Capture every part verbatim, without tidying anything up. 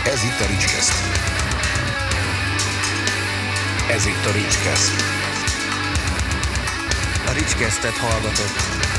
Ez itt a Ricskeszt. Ez itt a Ricskeszt. A Ricskesztet hallgatott.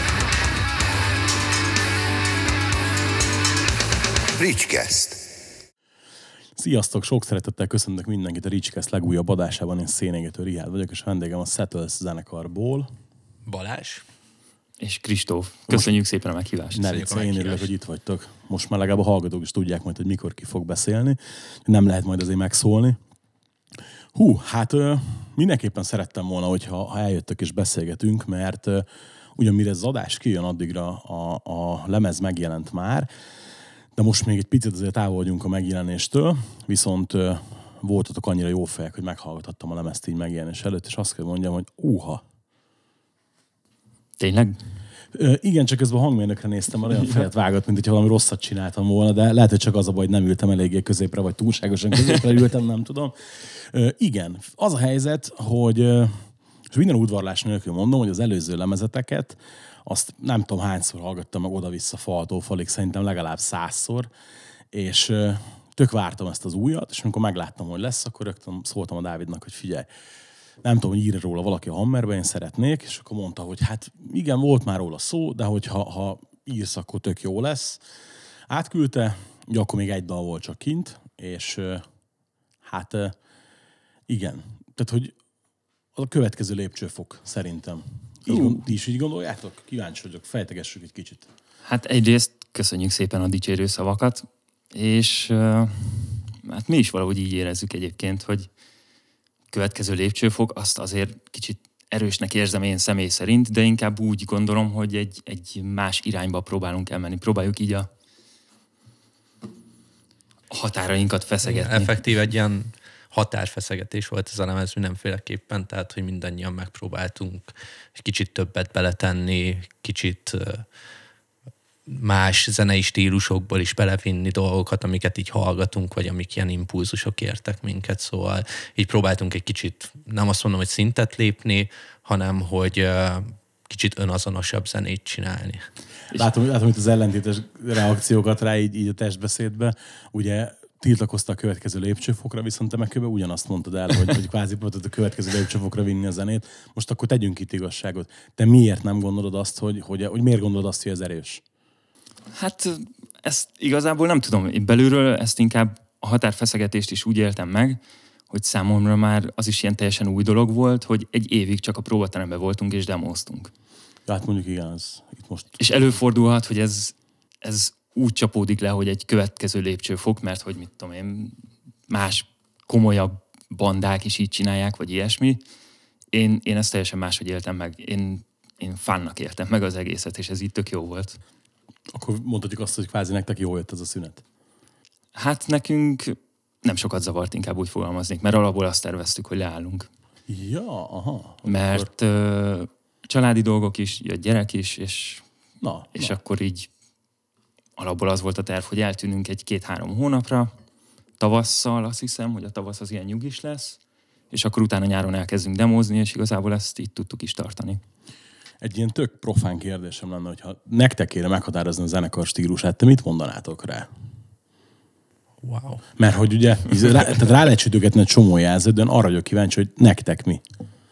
Ricskeszt. Sziasztok! Sok szeretettel köszöntök mindenkit a Ricskeszt legújabb adásában. Én Szénégető Rihád vagyok, és vendégem a Settles zenekarból Balázs. És Kristóf. Köszönjük Most szépen a meghívást. Ne vicc, én örülök, hogy itt vagytok. Most már legalább a hallgatók is tudják majd, hogy mikor ki fog beszélni. Nem lehet majd azért megszólni. Hú, hát ö, mindenképpen szerettem volna, hogyha ha eljöttök és beszélgetünk, mert ö, ugyan mire az adás kijön, addigra a, a lemez megjelent már, de most még egy picit azért távol vagyunk a megjelenéstől, viszont ö, voltatok annyira jó fejek, hogy meghallgathattam a lemezt így megjelenés előtt, és azt kell mondjam, hogy úha. Tényleg? Ö, igen, csak közben a hangmérnökre néztem, mert olyan fejet vágott, mint hogyha valami rosszat csináltam volna, de lehet, hogy csak az a baj, hogy nem ültem eléggé középre, vagy túlságosan középre ültem, nem tudom. Ö, igen, az a helyzet, hogy ö, és minden udvarlás nélkül mondom, hogy az előző lemezeteket, azt nem tudom hányszor hallgattam meg oda-vissza faltól falig, szerintem legalább százszor, és ö, tök vártam ezt az újat, és amikor megláttam, hogy lesz, akkor rögtön szóltam a Dávidnak, hogy figyelj, nem tudom, hogy ír róla valaki a Hammerben, én szeretnék, és akkor mondta, hogy hát igen, volt már róla szó, de hogyha ha írsz, akkor tök jó lesz. Átküldte, ugye akkor még egy dal volt csak kint, és hát igen, tehát hogy az a következő lépcsőfok szerintem. Így, uh. Ti is így gondoljátok? Kíváncsi vagyok, fejtegessük egy kicsit. Hát egyrészt köszönjük szépen a dicsérő szavakat, és uh, hát mi is valahogy így érezzük egyébként, hogy következő lépcsőfok, azt azért kicsit erősnek érzem én személy szerint, de inkább úgy gondolom, hogy egy, egy más irányba próbálunk elmenni. Próbáljuk így a határainkat feszegetni. Effektív egy ilyen határfeszegetés volt ez a lemez mindenféleképpen, tehát hogy mindannyian megpróbáltunk egy kicsit többet beletenni, kicsit más zenei stílusokból is belevinni dolgokat, amiket így hallgatunk, vagy amik ilyen impulzusok értek minket, szóval így próbáltunk egy kicsit, nem azt mondom, hogy szintet lépni, hanem hogy kicsit önazonosabb zenét csinálni. Látom, látom itt az ellentétes reakciókat rá így, így a testbeszédbe. Ugye tiltakozta a következő lépcsőfokra, viszont te meg kb. Ugyanazt mondtad el, hogy, hogy kvázi próbáltad a következő lépcsőfokra vinni a zenét. Most akkor tegyünk itt igazságot. Te miért nem gondolod azt, hogy, hogy, hogy miért gondolod azt, hogy ez erős? Hát ezt igazából nem tudom. Én belülről ezt inkább a határfeszegetést is úgy éltem meg, hogy számomra már az is ilyen teljesen új dolog volt, hogy egy évig csak a próbateremben voltunk és demóztunk. Ja, hát mondjuk igen, ez itt most... És előfordulhat, hogy ez, ez úgy csapódik le, hogy egy következő lépcsőfok, mert hogy mit tudom én, más komolyabb bandák is így csinálják, vagy ilyesmi. Én, én ezt teljesen máshogy éltem meg. Én, én fánnak éltem meg az egészet, és ez így tök jó volt. Akkor mondhatjuk azt, hogy kvázi nektek jól jött ez a szünet. Hát nekünk nem sokat zavart, inkább úgy fogalmaznék, mert alapból azt terveztük, hogy leállunk. Ja, aha. Mert akkor... uh, családi dolgok is, jött gyerek is, és, na, és na. akkor így alapból az volt a terv, hogy eltűnünk egy két-három hónapra, tavasszal azt hiszem, hogy a tavasz az ilyen nyugis lesz, és akkor utána nyáron elkezdünk demózni, és igazából ezt így tudtuk is tartani. Egy ilyen tök profán kérdésem lenne, hogyha nektek kéne meghatározni a zenekar stílusát, te mit mondanátok rá? Wow. Mert hogy ugye, rá, tehát rá lehet sütögetni egy csomó jelzőt, de arra vagyok kíváncsi, hogy nektek mi?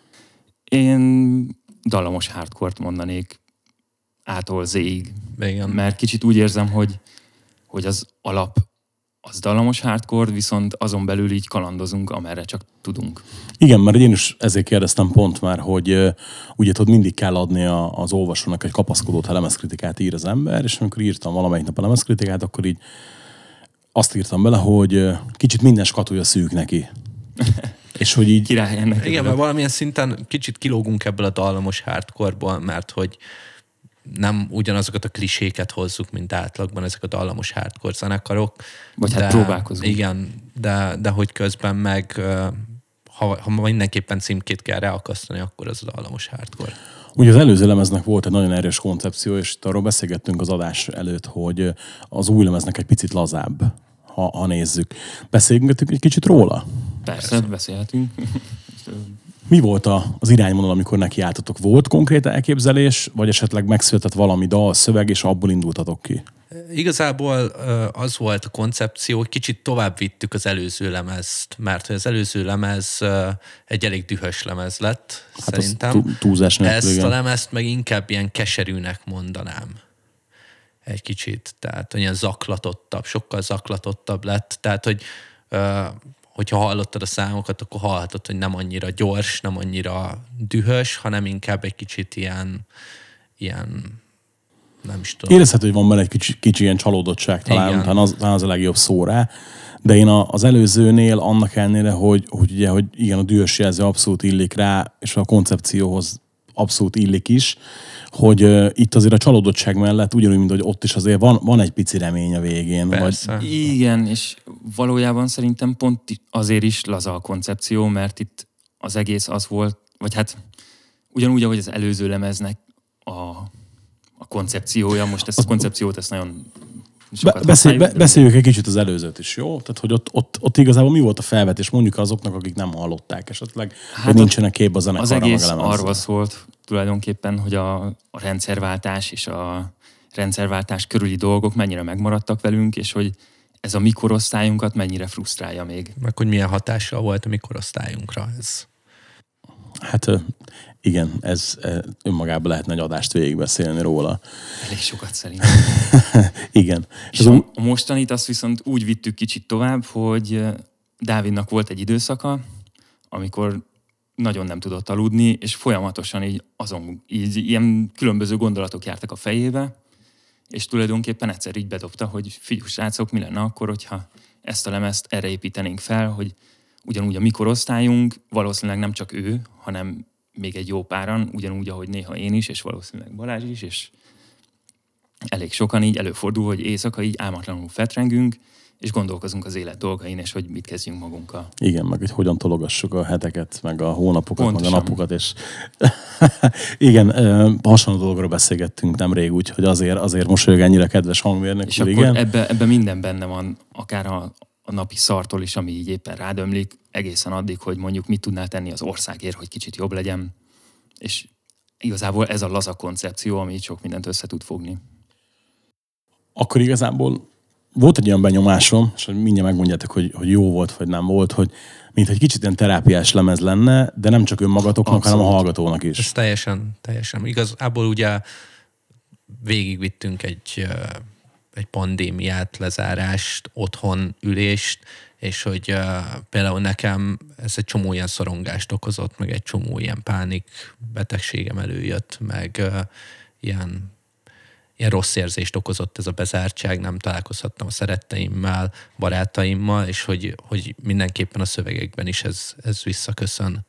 Én dallamos hardcore-t mondanék A-tól Z-ig. Igen. Mert kicsit úgy érzem, hogy, hogy az alap az dallamos hardcore, viszont azon belül így kalandozunk, amerre csak tudunk. Igen, mert én is ezért kérdeztem pont már, hogy uh, ugye tudod, mindig kell adni a, az olvasónak egy kapaszkodót, ha lemezkritikát ír az ember, és amikor írtam valamelyik nap a lemezkritikát, akkor így azt írtam bele, hogy uh, kicsit minden skatúja szűk neki. És hogy így... Király ennek. Igen, mert valamilyen szinten kicsit kilógunk ebből a dallamos hardcore-ból, mert hogy nem ugyanazokat a kliséket hozzuk, mint átlagban ezek a dallamos hardcore zenekarok. Vagy hát próbálkozunk. Igen, de, de hogy közben meg ha, ha mindenképpen címkét kell reakasztani, akkor az a dallamos hardcore. Ugye az előző lemeznek volt egy nagyon erős koncepció, és arról beszélgettünk az adás előtt, hogy az új lemeznek egy picit lazább, ha, ha nézzük. Beszélgetünk egy kicsit róla? Persze, beszélhetünk. Mi volt a, az irányvonal, amikor nekiálltatok? Volt konkrét elképzelés, vagy esetleg megszületett valami dal, szöveg, és abból indultatok ki? Igazából az volt a koncepció, hogy kicsit tovább vittük az előző lemezt, mert az előző lemez egy elég dühös lemez lett, hát szerintem. Túlzás nélkül, Ezt igen. a lemezt meg inkább ilyen keserűnek mondanám. Egy kicsit. Tehát olyan zaklatottabb, sokkal zaklatottabb lett. Tehát, hogy hogyha hallottad a számokat, akkor hallhatod, hogy nem annyira gyors, nem annyira dühös, hanem inkább egy kicsit ilyen, ilyen nem is tudom. Érezhető, hogy van benne egy kicsi, kicsi ilyen csalódottság, talán, talán, az, talán az a legjobb szó rá. De én a, az előzőnél annak ellenére, hogy, hogy, ugye, hogy igen, a dühös jelző abszolút illik rá, és a koncepcióhoz abszolút illik is, hogy uh, itt azért a csalódottság mellett ugyanúgy, mint hogy ott is azért van, van egy pici remény a végén. Persze. Vagy... Igen, és valójában szerintem pont azért is laza a koncepció, mert itt az egész az volt, vagy hát ugyanúgy, ahogy az előző lemeznek a, a koncepciója, most ezt a koncepciót, ezt nagyon Be, beszélj, be, beszéljük egy kicsit az előzőt is, jó? Tehát, hogy ott, ott, ott igazából mi volt a felvetés, mondjuk azoknak, akik nem hallották esetleg, hát hogy nincsenek képbe a zenekarra. Az egész arról szólt tulajdonképpen, hogy a, a rendszerváltás és a rendszerváltás körüli dolgok mennyire megmaradtak velünk, és hogy ez a mi korosztályunkat mennyire frusztrálja még. Meg hogy milyen hatással volt a mi korosztályunkra ez. Hát igen, ez önmagában lehetne egy adást végigbeszélni róla. Elég sokat szerintem. Igen. És ez a, a mostanit azt viszont úgy vittük kicsit tovább, hogy Dávidnak volt egy időszaka, amikor nagyon nem tudott aludni, és folyamatosan így azon, így ilyen különböző gondolatok jártak a fejébe, és tulajdonképpen egyszer így bedobta, hogy figyelj, srácok, mi lenne akkor, hogyha ezt a lemezt erre építenénk fel, hogy ugyanúgy a mi korosztályunk, valószínűleg nem csak ő, hanem még egy jó páran, ugyanúgy, ahogy néha én is, és valószínűleg Balázs is, és elég sokan így előfordul, hogy éjszaka így álmatlanul fetrengünk, és gondolkozunk az élet dolgain, és hogy mit kezdjünk magunkkal. Igen, meg hogy hogyan tologassuk a heteket, meg a hónapokat, Pontosan. meg a napokat, és igen, hasonló dologról beszélgettünk nemrég, úgyhogy azért, azért mosolyog ennyire kedves hangmérnök. És akkor igen. Ebbe, ebbe minden benne van, akár a, a napi szartól is, ami így éppen rádömlik, egészen addig, hogy mondjuk mit tudnál tenni az országért, hogy kicsit jobb legyen. És igazából ez a laza koncepció, ami így sok mindent össze tud fogni. Akkor igazából volt egy olyan benyomásom, és mindjárt megmondjátok, hogy, hogy jó volt, vagy nem volt, hogy mint egy kicsit ilyen terápiás lemez lenne, de nem csak önmagatoknak, Abszolút. hanem a hallgatónak is. Ez teljesen, teljesen. Igazából ugye végigvittünk egy, egy pandémiát, lezárást, otthon ülést, és hogy uh, például nekem ez egy csomó ilyen szorongást okozott, meg egy csomó ilyen pánik betegségem előjött, meg uh, ilyen ilyen rossz érzést okozott ez a bezártság, nem találkozhattam a szeretteimmel, barátaimmal, és hogy, hogy mindenképpen a szövegekben is ez, ez visszaköszön.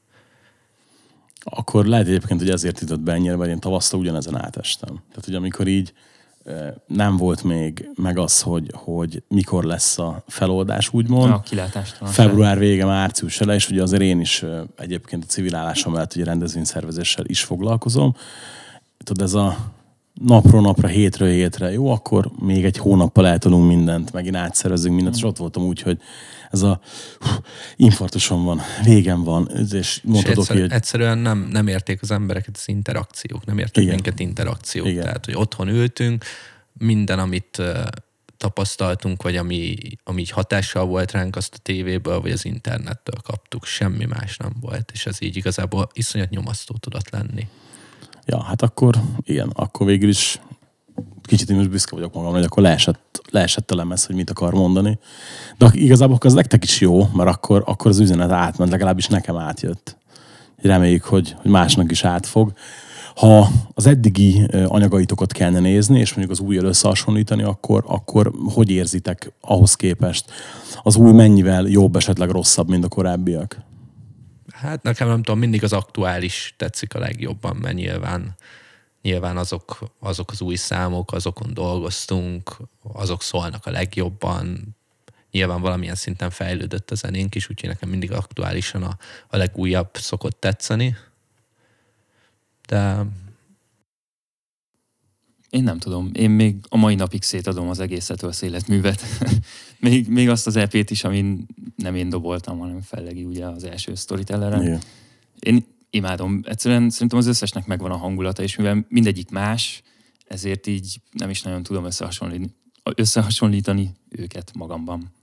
Akkor lehet egyébként, hogy ezért jutott be ennyire, mert én tavasztal ugyanezen átestem. Tehát, hogy amikor így nem volt még meg az, hogy, hogy mikor lesz a feloldás, úgymond. A kilátástalan. Február vége, március ele, és ugye azért én is egyébként a civil állásom mellett ugye rendezvényszervezéssel is foglalkozom. Tudod, ez a napról napra, hétről hétre, jó, akkor még egy hónappal eltudunk mindent, megint átszervezünk mindent, mm. és ott voltam úgy, hogy ez a hú, infarktusom van, végem van, és mondhatok, és egyszer, hogy... egyszerűen nem, nem érték az embereket az interakciók, nem érték Igen. minket interakciók. Igen. Tehát, hogy otthon ültünk, minden, amit uh, tapasztaltunk, vagy ami, ami így hatással volt ránk, azt a tévéből, vagy az internettől kaptuk, semmi más nem volt, és ez így igazából iszonyat nyomasztó tudott lenni. Ja, hát akkor, igen, akkor végül is kicsit én most büszke vagyok magamra, hogy akkor leesett, leesett a lemez, hogy mit akar mondani. De igazából az nektek is jó, mert akkor, akkor az üzenet átment, legalábbis nekem átjött. Reméljük, hogy, hogy másnak is átfog. Ha az eddigi anyagaitokat kellene nézni, és mondjuk az újjal összehasonlítani, akkor, akkor hogy érzitek ahhoz képest? Az új mennyivel jobb, esetleg rosszabb, mint a korábbiak? Hát nekem nem tudom, mindig az aktuális tetszik a legjobban, mert nyilván, nyilván azok, azok az új számok, azokon dolgoztunk, azok szólnak a legjobban. Nyilván valamilyen szinten fejlődött a zenénk is, úgyhogy nekem mindig aktuálisan a, a legújabb szokott tetszeni. De... Én nem tudom. Én még a mai napig szétadom az egészet, az életművet. még, még azt az é pét is, amin nem én doboltam, hanem Fellegi, ugye az első Storytelleren. Igen. Én imádom. Egyszerűen szerintem az összesnek megvan a hangulata, és mivel mindegyik más, ezért így nem is nagyon tudom összehasonlítani, összehasonlítani őket magamban.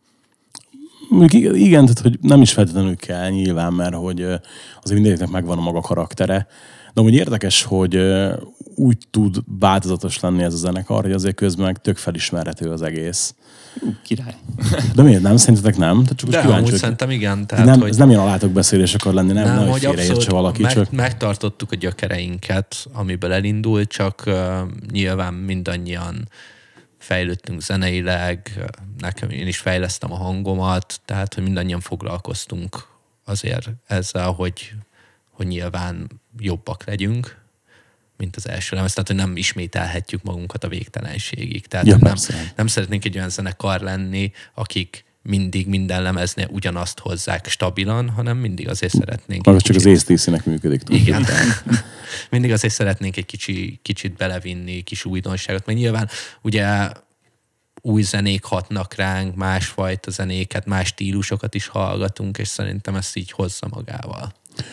Igen, tehát hogy nem is feltétlenül kell nyilván, mert hogy azért mindegyiknek megvan a maga karaktere. De amúgy érdekes, hogy úgy tud változatos lenni ez a zenekar, hogy azért közben meg tök felismerhető az egész. Ú, király. De miért nem? Szerintetek nem? Tehát csak De kíváncsi, amúgy hogy... szerintem igen. Tehát, nem, hogy... Ez nem ilyen alátókbeszélés akar lenni, nem, nem, nem hogy félreértse valaki. Meg, csak... megtartottuk a gyökereinket, amiből elindult, csak uh, nyilván mindannyian fejlődtünk zeneileg, nekem én is fejlesztem a hangomat, tehát hogy mindannyian foglalkoztunk azért ezzel, hogy, hogy nyilván jobbak legyünk, mint az első lemez, tehát hogy nem ismételhetjük magunkat a végtelenségig. Tehát ja, nem, nem, nem szeretnénk egy olyan zenekar lenni, akik mindig minden lemeznél ugyanazt hozzák stabilan, hanem mindig azért szeretnénk... Maga csak kicsit... az á cé dé-nek működik. Tudom. Igen. Mindig azért szeretnénk egy kicsi, kicsit belevinni, kis újdonságot, mert nyilván ugye új zenék hatnak ránk, másfajta zenéket, más stílusokat is hallgatunk, és szerintem ezt így hozza magával.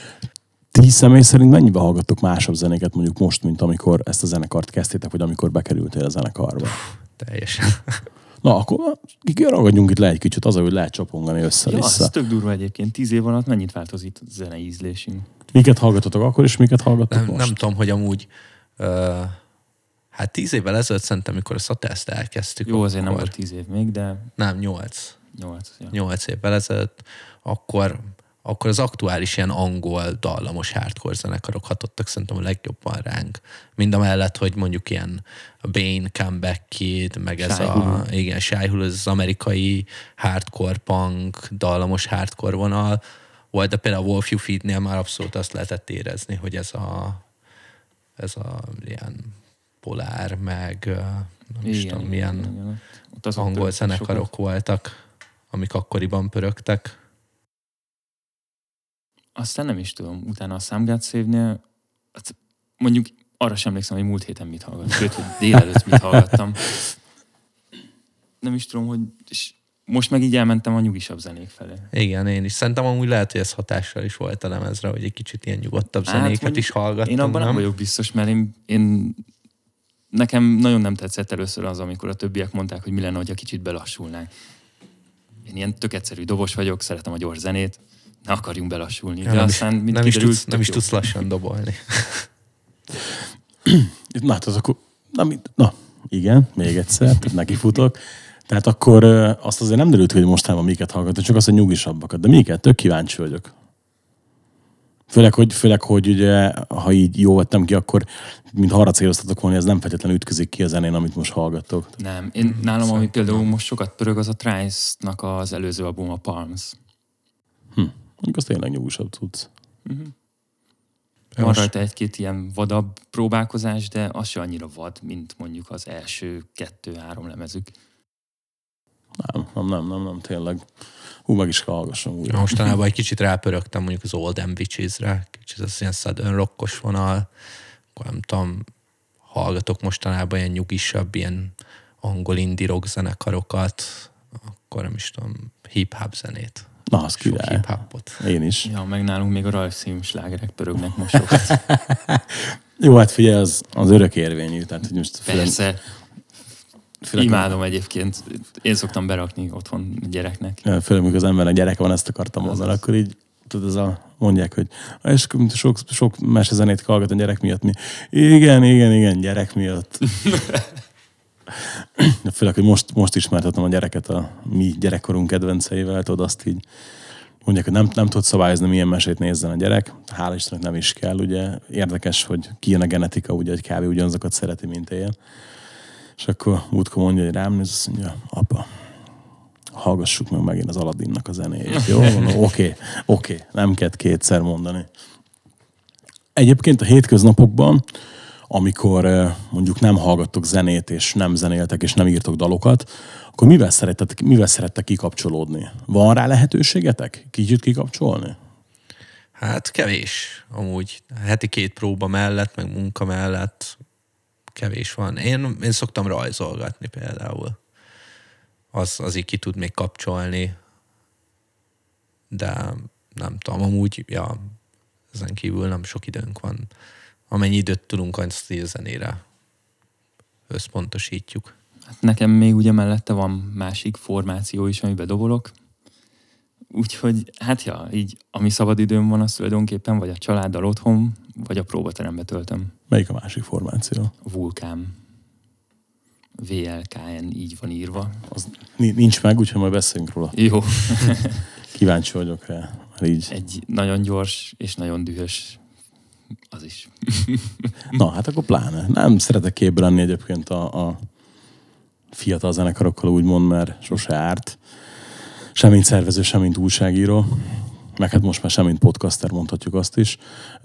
Ti személy szerint mennyibe hallgattok másabb zenéket mondjuk most, mint amikor ezt a zenekart kezdtétek, vagy amikor bekerültél a zenekarba? Teljesen. Na, akkor ragadjunk itt le egy kicsit, az, hogy lehet csapongani össze-vissza. Ja, ez tök durva egyébként. Tíz év alatt mennyit változik a zenei ízlésünk? Miket hallgatotok akkor, és miket hallgattok nem, most? Nem tudom, hogy amúgy uh, hát tíz évvel ezelőtt szerintem, amikor a Szatászt elkezdtük. Jó, azért akkor... nem volt tíz év még, de... Nem, nyolc. Nyolc, ja. Nyolc évvel ezelőtt, akkor, akkor az aktuális ilyen angol dallamos hardcore zenekarok hatottak szerintem a legjobban ránk. Mind a mellett, hogy mondjuk ilyen a Bane, Comeback Kid, meg ez Shyhulu. a, igen, Shyhulu, ez az amerikai hardcore punk, dallamos hardcore vonal volt, de például a Wolf You Feed-nél már abszolút azt lehetett érezni, hogy ez a, ez a ilyen polár, meg nem is tudom, milyen igen, igen. Ott angol zenekarok sokat. voltak, amik akkoriban pörögtek. Aztán nem is tudom, utána a Some God Save-nél mondjuk arra sem emlékszem, hogy múlt héten mit hallgattam, sőt, hogy délelőtt mit hallgattam. Nem is tudom, hogy most meg így elmentem a nyugisabb zenék felé. Igen, én is. Szerintem amúgy lehet, hogy ez hatással is volt a lemezre, hogy egy kicsit ilyen nyugodtabb hát, zenéket is hallgattam. Én abban nem, nem vagyok biztos, mert én, én nekem nagyon nem tetszett először az, amikor a többiek mondták, hogy mi lenne, hogyha kicsit belassulnánk. Én ilyen tök egyszerű dobos vagyok, szeretem a gyors zenét, ne akarjunk belassulni. De nem aztán is, nem is tudsz, nem is tudsz lassan dobolni. Na, hát az akkor... Na, na, igen, még egyszer, tehát nekifutok. Tehát akkor azt azért nem derült, hogy mostában miket hallgatok, csak azt, hogy nyugisabbakat. De miket? Tök kíváncsi vagyok. Főleg, hogy, főleg, hogy ugye, ha így jó vettem ki, akkor mint ha arra céloztatok volna, ez nem feltétlenül ütközik ki a zenén, amit most hallgattok. Nem. Én, nálam, ami például most sokat pörög, az a Trice-nak az előző album, a Palms. Hm. Az tényleg nyugosabb tudsz. Uh-huh. Van most... rajta egy-két ilyen vadabb próbálkozás, de az se annyira vad, mint mondjuk az első kettő-három lemezük. Nem, nem, nem, nem, nem, tényleg. Hú, meg is hallgassam újra. Mostanában egy kicsit rápörögtem mondjuk az Old and Witches-re, kicsit az ilyen southern rockos vonal, akkor nem tudom, hallgatok mostanában ilyen nyugisabb, ilyen angol indie rock zenekarokat, akkor nem is tudom, hip-hop zenét. Na, az király. Hip-hopot. Én is. Ja, meg nálunk még a rajzszín slágerek pörögnek most sokat. Jó, hát figyelj, az, az örök érvényű. Tehát, hogy most persze. Főleg imádom a... egyébként. Én szoktam berakni otthon gyereknek. Ja, főleg, amikor az embernek gyereke van, ezt akartam mondani, akkor így tudod, ez a, mondják, hogy és sok, sok mesezenét hallgat a gyerek miatt. Mi? Igen, igen, igen, gyerek miatt. Főleg, hogy most, most ismertetem a gyereket a mi gyerekkorunk kedvenceivel, tudod, azt így mondják, hogy nem, nem tud szabályozni, milyen mesét nézzen a gyerek. Hála Istennek nem is kell, ugye. Érdekes, hogy kijön a genetika, ugye, hogy kb. Ugyanazokat szereti, mint én. És akkor múltkor mondja, hogy rám néz, azt mondja, apa, hallgassuk meg megint az Aladdinnak a zenéjét. Jó? Oké, oké, okay, nem kell kétszer mondani. Egyébként a hétköznapokban, amikor mondjuk nem hallgattok zenét, és nem zenéltek, és nem írtok dalokat, akkor mivel szerettek, mivel szerettek kikapcsolódni? Van rá lehetőségetek? Kicsit kikapcsolni? Hát kevés, amúgy. Heti két próba mellett, meg munka mellett kevés van. Én, én szoktam rajzolgatni például. Az, az így ki tud még kapcsolni. De nem tudom, amúgy, ja, Ezen kívül nem sok időnk van. Amennyi időt tudunk, azt a zenére összpontosítjuk. Hát nekem még ugye mellette van másik formáció is, amiben dobolok. Úgyhogy, hát ja, így ami szabadidőm van, az tulajdonképpen vagy a családdal otthon, vagy a próbaterembe töltöm. Melyik a másik formáció? Vulkán. vé el ká en, így van írva. Az nincs meg, úgyhogy majd beszélünk róla. Jó. Kíváncsi vagyok rá. Így. Egy nagyon gyors és nagyon dühös az is. Na, hát akkor pláne. Nem szeretek képbe lenni egyébként a, a fiatal zenekarokkal úgymond, mert sose árt. Sem mint szervező, sem mint újságíró. Meg hát most már sem mint podcaster, mondhatjuk azt is.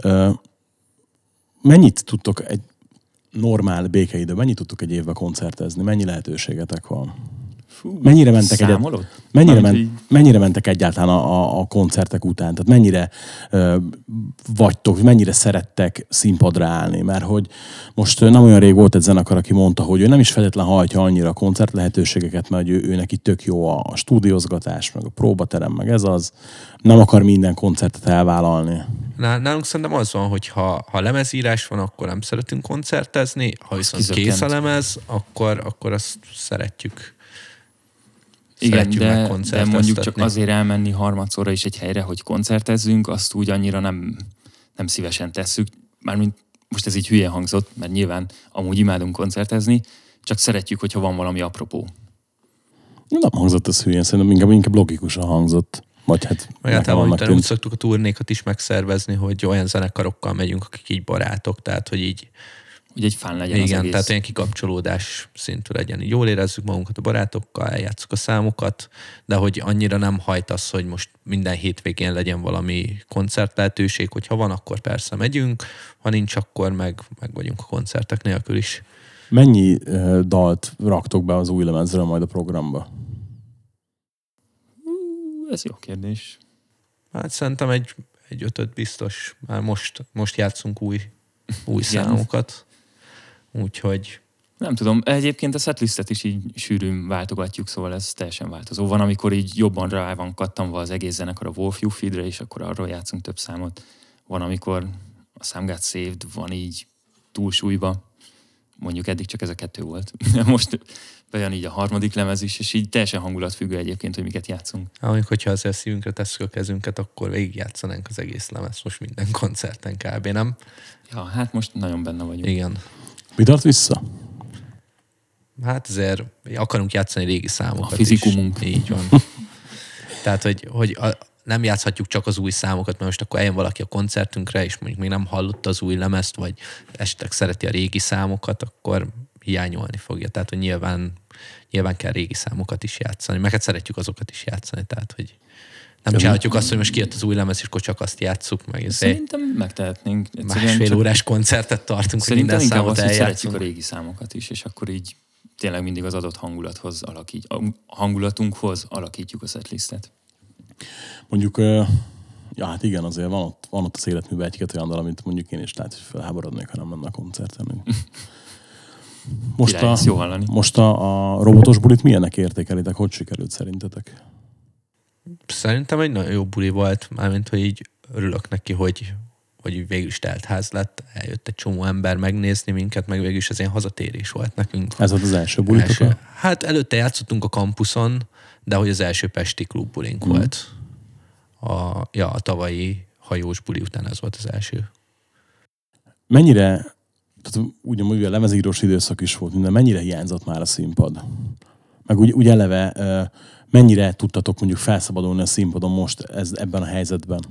Mennyit tudtok egy normál békeidő, mennyit tudtok egy évben koncertezni? Mennyi lehetőségetek van? Fú, mennyire mentek, egyet, mennyire, men, így... mennyire mentek egyáltalán a, a, a koncertek után? Tehát mennyire ö, vagytok, mennyire szerettek színpadra állni? Mert hogy most nem olyan rég volt egy zenekar, aki mondta, hogy ő nem is feltétlen hajtja annyira a koncert lehetőségeket, mert ő, ő neki tök jó a, a stúdiózgatás, meg a próbaterem, meg ez az. Nem akar minden koncertet elvállalni. Nálunk szerintem az van, hogy ha, ha lemezírás van, akkor nem szeretünk koncertezni, ha viszont kész a lemez, akkor, akkor azt szeretjük. Igen, de, de mondjuk csak azért elmenni harmadszorra is egy helyre, hogy koncertezzünk, azt úgy annyira nem, nem szívesen tesszük. Mármint most ez így hülye hangzott, mert nyilván amúgy imádunk koncertezni, csak szeretjük, hogyha van valami apropó. Nem hangzott ez hülyén, szerintem inkább, inkább logikusan hangzott. Vagy hát általában úgy szoktuk a turnékat is megszervezni, hogy olyan zenekarokkal megyünk, akik így barátok, tehát hogy így hogy egy fán legyen igen, az egész. Tehát olyan kikapcsolódás szintű legyen. Jól érezzük magunkat a barátokkal, eljátszuk a számokat, de hogy annyira nem hajt az, hogy most minden hétvégén legyen valami koncert lehetőség, hogyha van, akkor persze megyünk, ha nincs, akkor meg, meg vagyunk a koncertek nélkül is. Mennyi uh, dalt raktok be az új lemezről majd a programba? Uh, ez jó kérdés. Hát szerintem egy, egy ötöt biztos. Már most, most játszunk új, új számokat. Úgyhogy... Nem tudom, egyébként a setlistet is így sűrűn váltogatjuk, szóval ez teljesen változó. Van, amikor így jobban rá van kattanva az egész zenekar a Wolf You feedre, és akkor arról játszunk több számot. Van, amikor a Some Got Saved van így túlsúlyba. Mondjuk eddig csak ez a kettő volt. Most bejön így a harmadik lemez is, és így teljesen hangulatfüggő egyébként, hogy miket játszunk. Amikor, hogyha azért szívünkre tesszük a kezünket, akkor végigjátszanánk az egész lemez most minden koncerten kb. Nem? Ja, hát most nagyon benne vagyunk. Igen. Mi tart vissza? Hát azért akarunk játszani régi számokat. A fizikumunk. Is. Így van. Tehát, hogy, hogy a, nem játszhatjuk csak az új számokat, mert most akkor eljön valaki a koncertünkre, és mondjuk még nem hallotta az új lemezt, vagy esetleg szereti a régi számokat, akkor hiányolni fogja. Tehát, hogy nyilván, nyilván kell régi számokat is játszani. Meg hát szeretjük azokat is játszani. Tehát, hogy nem csinálhatjuk azt, hogy most kijött az új lemez, és akkor csak azt játsszuk meg. Szerintem megtehetnénk. Másfél órás koncertet tartunk, hogy minden számot eljátszunk. Szeretjük a régi számokat is, és akkor így tényleg mindig az adott hangulathoz alakít, a hangulatunkhoz alakítjuk a setlistet. Mondjuk, ja hát igen, azért van ott, van ott az életműben egy-két olyan dal, amit mondjuk én is lehet, hogy felháborodnék, ha nem menne a koncerten. Most, a, most a, a robotos bulit milyennek értékelitek? Hogy sikerült szerintetek? Szerintem egy nagyon jó buli volt, mármint, hogy így örülök neki, hogy, hogy végül is teltház lett, eljött egy csomó ember megnézni minket, meg végül is az ilyen hazatérés volt nekünk. Ez volt az első bulitok? Első, hát előtte játszottunk a kampuszon, de hogy az első pesti klubbulink mm. volt. A, ja, a tavalyi hajós buli után ez volt az első. Mennyire, tehát ugyanúgy a lemezírós időszak is volt minden, mennyire hiányzott már a színpad? Meg úgy, úgy eleve mennyire tudtatok mondjuk felszabadulni a színpadon most ez, ebben a helyzetben?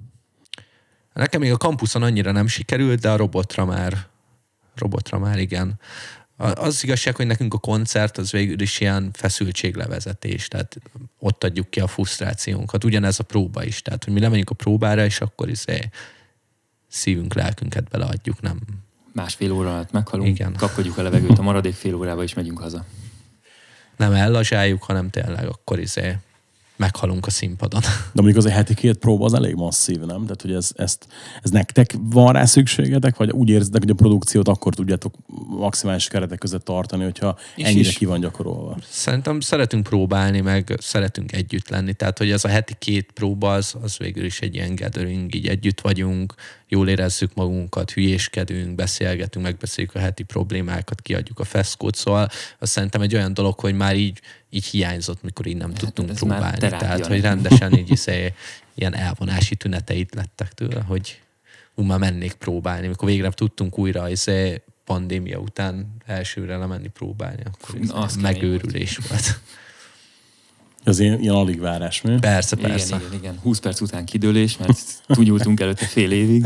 Nekem még a kampuszon annyira nem sikerült, de a robotra már, robotra már igen. Az igazság, hogy nekünk a koncert az végül is ilyen feszültséglevezetés, tehát ott adjuk ki a frusztrációnkat. Ugyanez a próba is, tehát hogy mi lemegyünk a próbára, és akkor is szívünk, lelkünket beleadjuk, nem... Másfél óra alatt meghalunk, igen. Kapkodjuk a levegőt a maradék fél órába, és megyünk haza. Nem ellazsáljuk, hanem tényleg akkor is meghalunk a színpadon. De mondjuk az egy heti két próba az elég masszív, nem? Tehát, hogy ez, ezt, ez nektek van rá szükségetek, vagy úgy érzitek, hogy a produkciót akkor tudjátok maximális keretek között tartani, hogyha is ennyire is ki van gyakorolva? Szerintem szeretünk próbálni, meg szeretünk együtt lenni. Tehát, hogy ez a heti két próba az, az végül is egy ilyen gathering, így együtt vagyunk, jól érezzük magunkat, hülyéskedünk, beszélgetünk, megbeszéljük a heti problémákat, kiadjuk a feszkót, szóval azt szerintem egy olyan dolog, hogy már így, így hiányzott, mikor így nem tudtunk Ez próbálni. Tehát, hogy rendesen így iszé, ilyen elvonási tüneteit lettek tőle, hogy ú, már mennék próbálni. Mikor végre tudtunk újra iszé, pandémia után elsőre lemenni próbálni, akkor Na, megőrülés volt. volt. Az ilyen, ilyen aligvárás, mi? Persze, persze. Igen, igen, igen. húsz perc után kidőlés, mert túnyúltunk előtte fél évig.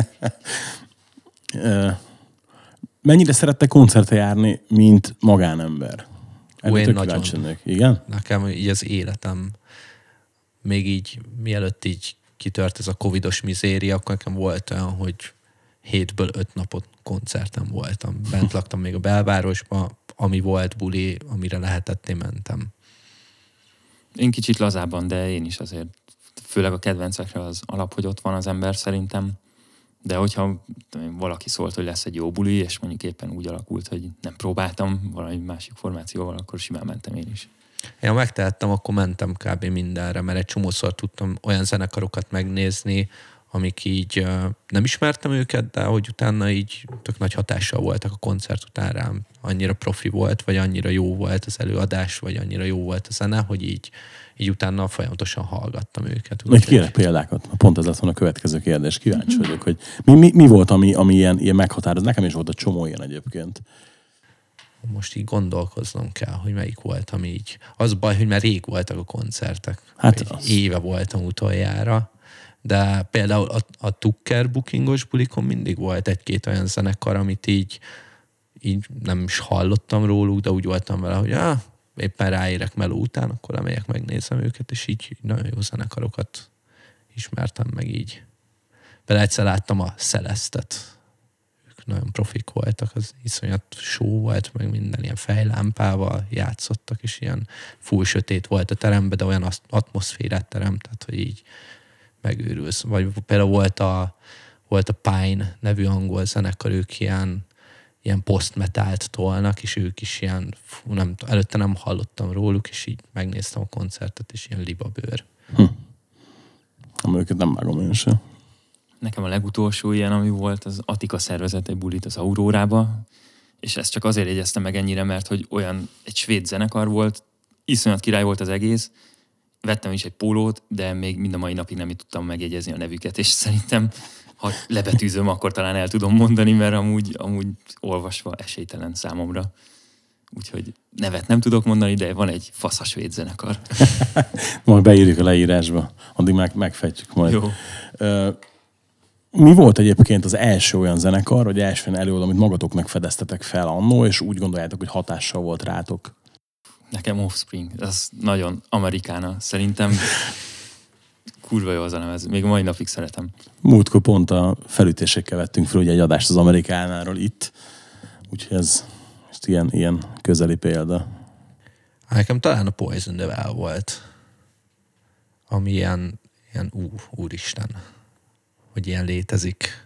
Mennyire szerette koncertre járni, mint magánember? Ó, én nagyon. Igen? Nekem így az életem, még így, mielőtt így kitört ez a covidos mizéria, akkor nekem volt olyan, hogy hétből öt napot koncerten voltam. Bent laktam még a belvárosba, ami volt buli, amire lehetett, én mentem. Én kicsit lazábban, de én is azért, főleg a kedvencekre az alap, hogy ott van az ember szerintem. De hogyha valaki szólt, hogy lesz egy jó buli, és mondjuk éppen úgy alakult, hogy nem próbáltam valami másik formációval, akkor simán mentem én is. Én ha megtehettem, akkor mentem kb. Mindenre, mert egy csomószor tudtam olyan zenekarokat megnézni, amik így nem ismertem őket, de hogy utána így tök nagy hatással voltak a koncert után rám. Annyira profi volt, vagy annyira jó volt az előadás, vagy annyira jó volt a zene, hogy így, így utána folyamatosan hallgattam őket. Nagy kérek példákat. Pont ez lett volna a következő kérdés. Kíváncsi vagyok, hogy mi, mi, mi volt, ami, ami ilyen, ilyen meghatározó. Nekem is volt a csomó ilyen egyébként. Most így gondolkoznom kell, hogy melyik volt, ami így... Az baj, hogy már rég voltak a koncertek. Hát egy az. éve voltam utoljára. De például a, a Tucker bookingos bulikon mindig volt egy-két olyan zenekar, amit így, így nem is hallottam róluk, de úgy voltam vele, hogy ah, éppen ráérek meló után, akkor lemegyek, megnézem őket, és így nagyon jó zenekarokat ismertem meg így. Például egyszer láttam a Celestet. Ők nagyon profik voltak, az iszonyat show volt, meg minden ilyen fejlámpával játszottak, és ilyen full sötét volt a teremben, de olyan atmoszférát teremtett, hogy így megőrülsz. Vagy például volt a, volt a Pine nevű angol zenekar, ők ilyen, ilyen post-metált tolnak, és ők is ilyen, fú, nem, előtte nem hallottam róluk, és így megnéztem a koncertet, és ilyen libabőr. Hm. Őket nem vágom én sem. Nekem a legutolsó ilyen, ami volt, az Attika szervezett egy bulit az Aurórába, és ezt csak azért jegyeztem meg ennyire, mert hogy olyan egy svéd zenekar volt, iszonyat király volt az egész, vettem is egy pólót, de még mind a mai napig nem tudtam megjegyezni a nevüket, és szerintem, ha lebetűzöm, akkor talán el tudom mondani, mert amúgy, amúgy olvasva esélytelen számomra. Úgyhogy nevet nem tudok mondani, de van egy fasz a svéd zenekar. Majd beírjuk a leírásba, addig meg, megfejtjük majd. Jó. Mi volt egyébként az első olyan zenekar, vagy első előadó, amit magatoknak fedeztetek fel annó, és úgy gondoljátok, hogy hatással volt rátok? Nekem Offspring, az nagyon amerikána. Szerintem kurva jó az a lemez. Még mai napig szeretem. Múltkor pont a felütésekkel vettünk fel ugye egy adást az Amerikánáról itt, úgyhogy ez ilyen, ilyen közeli példa. Nekem talán a Poison the Well volt, ami ilyen, ilyen ú, úristen, hogy ilyen létezik.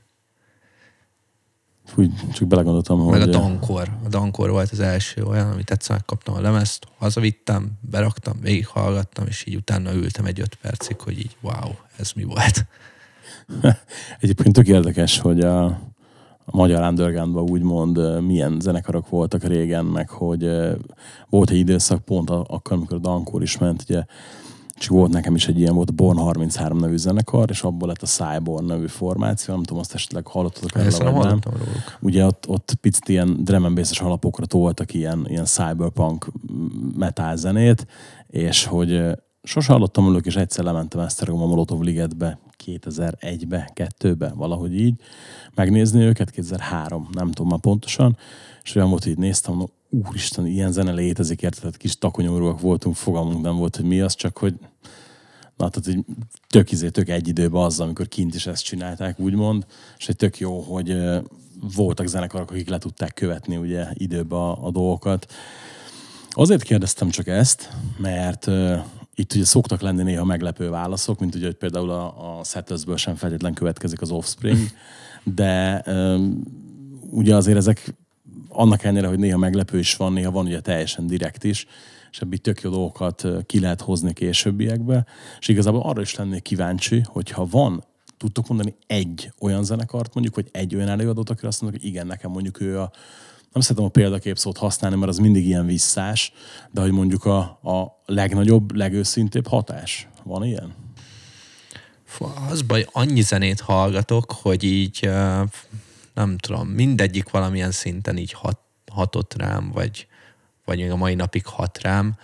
Úgy csak belegondoltam, meg hogy... a Dankor. A Dankor volt az első olyan, amit egyszer megkaptam a lemezt, hazavittem, beraktam, végighallgattam, és így utána ültem egy öt percig, hogy így wow, ez mi volt. Egyébként tök érdekes, hogy a, a magyar undergroundban úgymond milyen zenekarok voltak régen, meg hogy volt egy időszak pont akkor, amikor a Dankor is ment, ugye csak volt nekem is egy ilyen, volt a Born harminchárom nevű zenekar, és abból lett a Cyborg nevű formáció, nem tudom, azt esetleg hallottatok erről, vagy nem. Hallottam róluk. Ugye ott, ott picit ilyen drum and bass-es alapokra toltak ilyen, ilyen cyberpunk metal zenét, és hogy sose hallottam róluk, és egyszer lementem Esztergom a Molotov Ligetbe kétezer-egybe, kettőbe, valahogy így, megnézni őket, kétezer-három, nem tudom már pontosan, és olyan volt, így néztem, no, úristen, ilyen zene létezik, érted? Kis takonyomorúak voltunk, fogalmunk nem volt, hogy mi az, csak hogy na, tehát így tök izé, tök egy időben azzal, amikor kint is ezt csinálták, úgymond, és egy tök jó, hogy uh, voltak zenekarok, akik le tudták követni ugye időben a, a dolgokat. Azért kérdeztem csak ezt, mert uh, itt ugye szoktak lenni néha meglepő válaszok, mint ugye, hogy például a, a Setlessből sem feltétlen következik az Offspring, de um, ugye azért ezek annak ellenére, hogy néha meglepő is van, néha van ugye teljesen direkt is, és ebből tök jó dolgokat ki lehet hozni későbbiekbe. És igazából arra is lennék kíváncsi, hogyha van tudtok mondani egy olyan zenekart mondjuk, vagy egy olyan előadót, akire azt mondok, hogy igen, nekem mondjuk ő a, nem szeretem a példakép szót használni, mert az mindig ilyen visszás, de hogy mondjuk a, a legnagyobb, legőszintébb hatás. Van ilyen? Az baj, annyi zenét hallgatok, hogy így nem tudom, mindegyik valamilyen szinten így hat, hatott rám, vagy, vagy még a mai napig hat rám.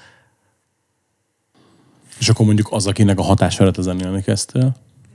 És akkor mondjuk az, akinek a hatására te zenélni kezdtél?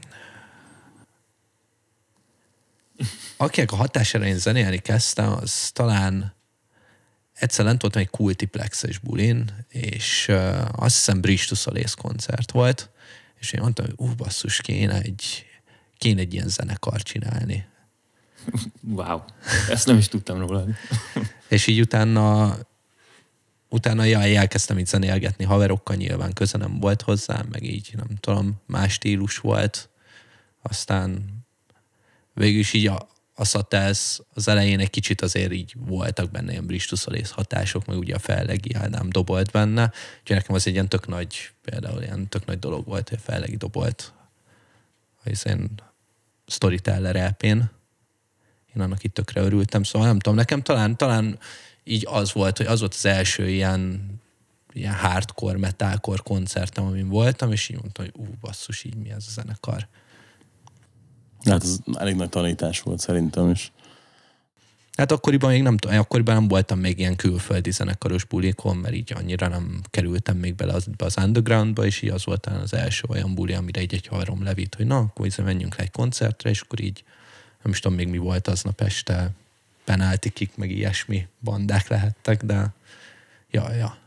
Akinek a hatására én zenélni kezdtem, az talán egyszer lent voltam egy Kultiplexes bulin, és uh, azt hiszem Bridge to Solace koncert volt, és én mondtam, hogy ú, basszus, kéne egy, kéne egy ilyen zenekar csinálni. Wow, ezt nem is tudtam róla. És így utána utána jaj, elkezdtem itt zenélgetni haverokkal, nyilván köze nem volt hozzá, meg így nem tudom, más stílus volt. Aztán végül is így a, a Satels az elején egy kicsit azért így voltak benne ilyen Bridge to Solace hatások, meg ugye a Fellegi Ádám dobolt benne. Úgyhogy nekem az egy ilyen tök nagy, például ilyen tök nagy dolog volt, hogy a Fellegi dobolt az én Storyteller é pén. Én annak itt tökre örültem, szóval nem tudom, nekem talán, talán így az volt, hogy az volt az első ilyen, ilyen hardcore, metalcore koncertem, amin voltam, és így mondtam, hogy ú, basszus, így mi ez a zenekar. Hát ez elég nagy tanítás volt szerintem is. Hát akkoriban még nem tudom, akkoriban nem voltam még ilyen külföldi zenekaros bulikon, mert így annyira nem kerültem még bele az, be az undergroundba, és így az volt az első olyan buli, amire így egy haverom levitt, hogy na, akkor így menjünk le egy koncertre, és akkor így nem is tudom még mi volt aznap este, penalty kick, meg ilyesmi bandák lehettek, de ja, ja.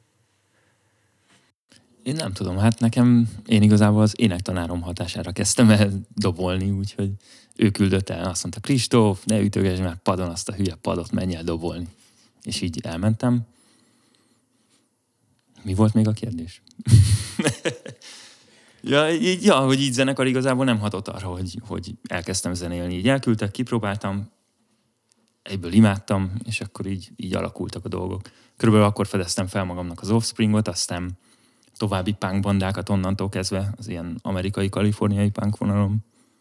Én nem tudom, hát nekem, én igazából az énektanárom hatására kezdtem el dobolni, úgyhogy ő küldött el, azt mondta, Kristóf, ne ütögesd már padon azt a hülye padot, menj el dobolni. És így elmentem. Mi volt még a kérdés? ja, így, ja, hogy így zenekar igazából nem hatott arra, hogy, hogy elkezdtem zenélni. Így elküldtek, kipróbáltam, egyből imádtam, és akkor így, így alakultak a dolgok. Körülbelül akkor fedeztem fel magamnak az Offspringot, aztán további punk bandákat onnantól kezdve, az ilyen amerikai, kaliforniai punk vonalom,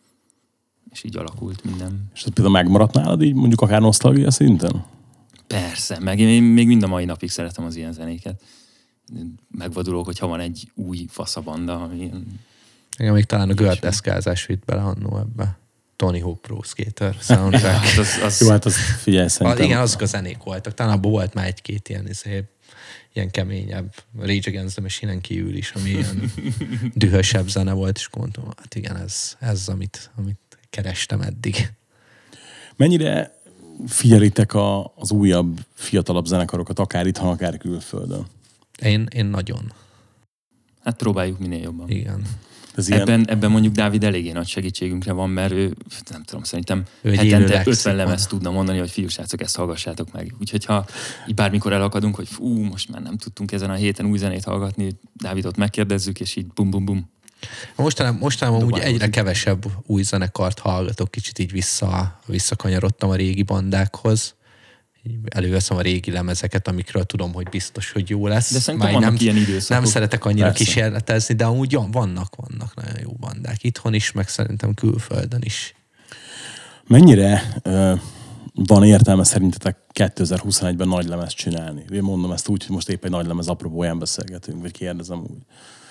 és így alakult minden. És ez például megmaradt nálad így, mondjuk akár nosztalgia szinten? Persze, meg én még mind a mai napig szeretem az ilyen zenéket. Megvadulok, hogyha van egy új faszabanda, ami ilyen... Igen, még talán a gördeszkázás vitt bele annó ebbe. Tony Hawk Pro Skater soundtrack. hát az, az... Jó, hát az figyelj szerintem. A, igen, azok a zenék voltak. Talán abban volt már egy-két ilyen, izé, ilyen keményebb Rage Against the Machine-en kívül is, ami ilyen dühösebb zene volt, és gondolom, hát igen, ez, ez amit, amit kerestem eddig. Mennyire figyelitek a, az újabb, fiatalabb zenekarokat, akár itthon, akár külföldön? Én, én nagyon. Hát próbáljuk minél jobban. Igen. Ez ilyen... Ebben, ebben mondjuk Dávid eléggé nagy segítségünkre van, mert ő, nem tudom, szerintem ő hetente ötven lemez tudna mondani, hogy fiú srácok, ezt hallgassátok meg. Úgyhogy ha bármikor elakadunk, hogy fú, most már nem tudtunk ezen a héten új zenét hallgatni, Dávidot megkérdezzük, és így bum bum bum. Mostanában, mostanában úgy egyre kevesebb új zenekart hallgatok, kicsit így vissza, visszakanyarodtam a régi bandákhoz. Előveszem a régi lemezeket, amikről tudom, hogy biztos, hogy jó lesz. De szerintem vannak nem, ilyen időszakok. Nem szeretek annyira Persze. kísérletezni, de amúgy vannak, vannak nagyon jó bandák. Itthon is, meg szerintem külföldön is. Mennyire uh, van értelme szerintetek kétezer-huszonegyben nagy lemez csinálni? Én mondom ezt úgy, hogy most épp egy nagy lemez apropóján beszélgetünk, vagy kérdezem úgy.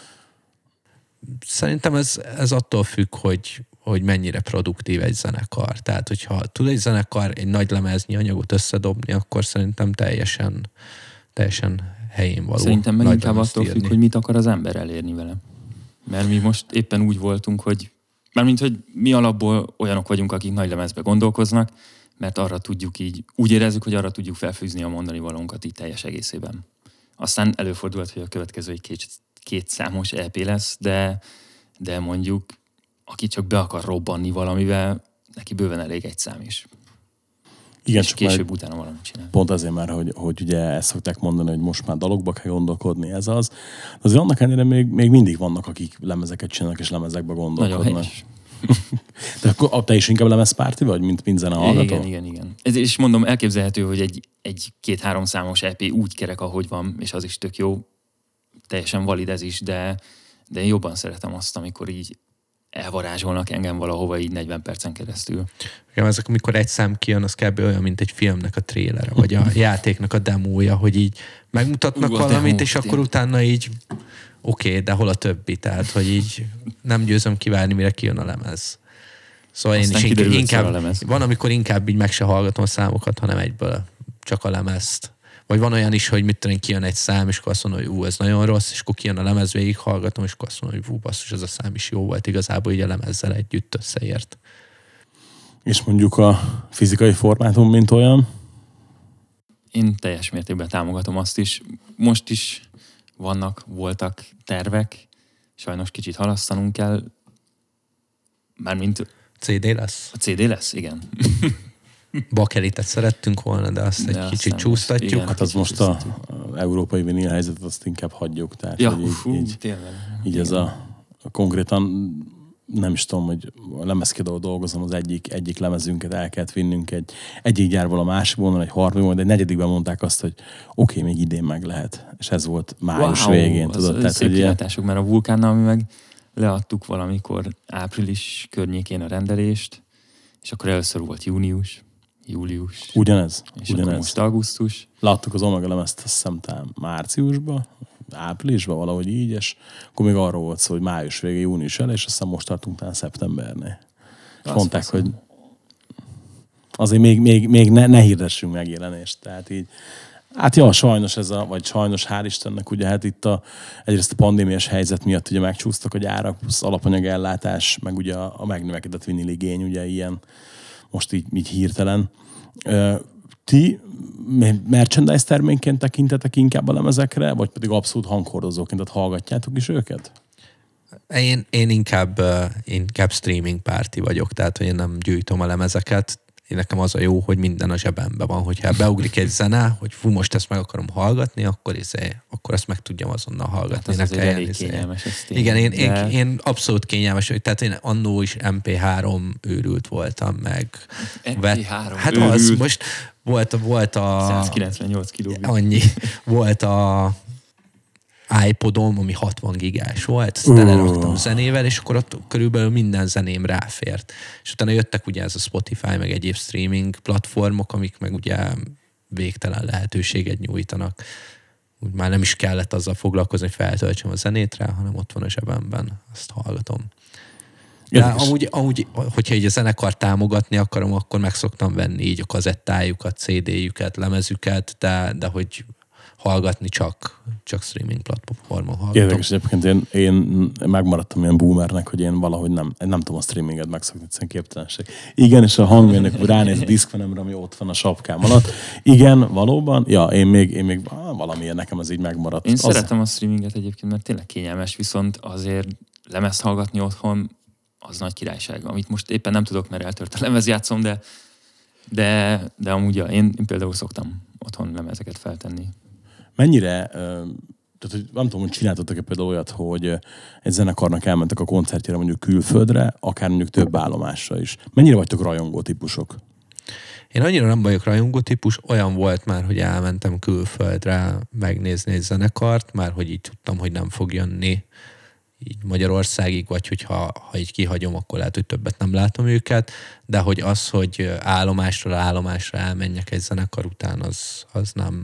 Szerintem ez, ez attól függ, hogy, hogy mennyire produktív egy zenekar. Tehát, hogyha tud egy zenekar egy nagy lemeznyi anyagot összedobni, akkor szerintem teljesen, teljesen helyén való. Szerintem meg nagy inkább lemezt attól függ, írni. hogy mit akar az ember elérni vele. Mert mi most éppen úgy voltunk, hogy mármint, hogy mi alapból olyanok vagyunk, akik nagy lemezbe gondolkoznak, mert arra tudjuk így, úgy érezzük, hogy arra tudjuk felfűzni a mondani valónkat így teljes egészében. Aztán előfordulhat, hogy a következő egy két, két számos é pé lesz, de, de mondjuk aki csak be akar robbanni valamivel, neki bőven elég egy szám is. Igen, és csak később meg utána valamit csinál. pont azért már, hogy, hogy ugye ezt szokták mondani, hogy most már dalokba kell gondolkodni, ez az. De azért annak ellenére még, még mindig vannak, akik lemezeket csinálnak, és lemezekbe Nagyon gondolkodnak. helyes. De akkor te is inkább lemezpárti vagy, mint, mint zene hallgató? Igen, igen, igen. Ez, és mondom, elképzelhető, hogy egy, egy két-három számos é pé úgy kerek, ahogy van, és az is tök jó. Teljesen valid ez is, de, de én jobban szeretem azt, amikor így elvarázsolnak engem valahova így negyven percen keresztül. Igen, ezek, amikor egy szám kijön, az kb. Olyan, mint egy filmnek a trélere, vagy a játéknak a demója, hogy így megmutatnak Ú, a valamit, demó, és akkor tényleg. utána így oké, okay, de hol a többi? Tehát, hogy így nem győzöm kivárni, mire kijön a lemez. Szóval én Aztán is kiderül, hogy inkább, szar a lemez. van, amikor inkább így meg se hallgatom a számokat, hanem egyből csak a lemezt. Vagy van olyan is, hogy mit tudom, kijön egy szám, és akkor azt mondom, hogy ú, ez nagyon rossz, és akkor kijön a lemez, végig hallgatom, és akkor azt mondom, hogy ú, basszus, ez a szám is jó volt, igazából így a lemezzel együtt összeért. És mondjuk a fizikai formátum, mint olyan? Én teljes mértékben támogatom azt is. Most is vannak, voltak tervek, sajnos kicsit halasztanunk kell. Mármint cé dé lesz? a cé dé lesz, igen. Bakelitet szerettünk volna, de azt De egy aztán kicsit most- csúsztatjuk. igen. Hát az most a, a európai vinil helyzetet azt inkább hagyjuk. Tehát, Ja, hogy így, fú, így, tényleg. így ez a, a konkrétan nem is tudom, hogy a lemezkedő dolgozom, az egyik, egyik lemezünket el kellett vinnünk egy, egyik gyárból a másikból, mert egy harmadikból, de egy negyedikben mondták azt, hogy oké, okay, még idén meg lehet. És ez volt május Wow, végén. az, Tudod? az Tehát, szép hogy ilyen, kilátások, mert a Vulkánnal mi meg leadtuk valamikor április környékén a rendelést, és akkor először volt június, július, ugyanez. és ugyanez. akkor most augusztus. Láttuk az Omega lemezt, azt hiszem talán márciusban, áprilisban, valahogy így, és akkor még arról volt szó, hogy május végé, június elé, és aztán most tartunk talán szeptembernél. És Azt mondták, hiszem. hogy azért még, még, még ne, ne hirdessünk megjelenést. Tehát így, hát ja, sajnos ez a, vagy sajnos hál' Istennek, ugye hát itt a, egyrészt a pandémiás helyzet miatt ugye megcsúsztak a gyárak, az alapanyagellátás, meg ugye a, a megnövekedett viniligény, ugye ilyen most így, így hirtelen. Ö, Ti merchandise terménként tekintetek inkább a lemezekre, vagy pedig abszolút hanghordozóként, tehát hallgatjátok is őket? Én, én inkább, uh, inkább streaming párti vagyok, tehát hogy én nem gyűjtöm a lemezeket. Én nekem az a jó, hogy minden a zsebemben van, hogyha beugrik egy zene, hogy fú, most ezt meg akarom hallgatni, akkor, izé, akkor ezt meg tudjam azonnal hallgatni. Hát az Ne azért kelljen, elég izé. kényelmes. Ez tényleg. Igen, én, De- én, én abszolút kényelmes vagyok. Tehát én annó is em pé három őrült voltam, meg... em pé három hát őrült. az most volt, volt a... százkilencvennyolc kiló. Annyi. Volt a iPodom, ami hatvan gigás volt, ezt Ú. teleraktam zenével, és akkor ott körülbelül minden zeném ráfért. És utána jöttek ugye ez a Spotify, meg egyéb streaming platformok, amik meg ugye végtelen lehetőséget nyújtanak. Úgy már nem is kellett azzal foglalkozni, hogy feltöltsem a zenét rá, hanem ott van a zsebemben, azt hallgatom. De Érdekes. amúgy, amúgy, hogyha így a zenekart támogatni akarom, akkor meg szoktam venni így a kazettájukat, cé dé-jüket, lemezüket, de, de hogy hallgatni csak, csak streaming platformon hallgatom. Érdekes, egyébként én, én megmaradtam ilyen boomernek, hogy én valahogy nem, nem tudom a streaminget megszokni, egyszerűen képtelenség. Igen, és a hangmérnök úgy ránéz a diszkvenemre, ami ott van a sapkám alatt. Igen, valóban, ja, én még, én még ah, valamiért nekem ez így megmaradt. Én Az- szeretem a streaminget egyébként, mert tényleg kényelmes, viszont azért lemezt hallgatni otthon az nagy királyság. Amit most éppen nem tudok, mert eltört a lemezjátszom, de, de, de amúgy ja, én, én például szoktam otthon lemezeket feltenni. Mennyire, ö, tehát hogy nem tudom, hogy csináltatok-e például olyat, hogy ö, egy zenekarnak elmentek a koncertjére mondjuk külföldre, akár mondjuk több állomásra is. Mennyire vagytok rajongó típusok? Én annyira nem vagyok rajongó típus, olyan volt már, hogy elmentem külföldre megnézni egy zenekart, már hogy így tudtam, hogy nem fog jönni így Magyarországig, vagy hogyha ha így kihagyom, akkor lehet, hogy többet nem látom őket, de hogy az, hogy állomásról állomásra elmenjek egy zenekar után, az, az nem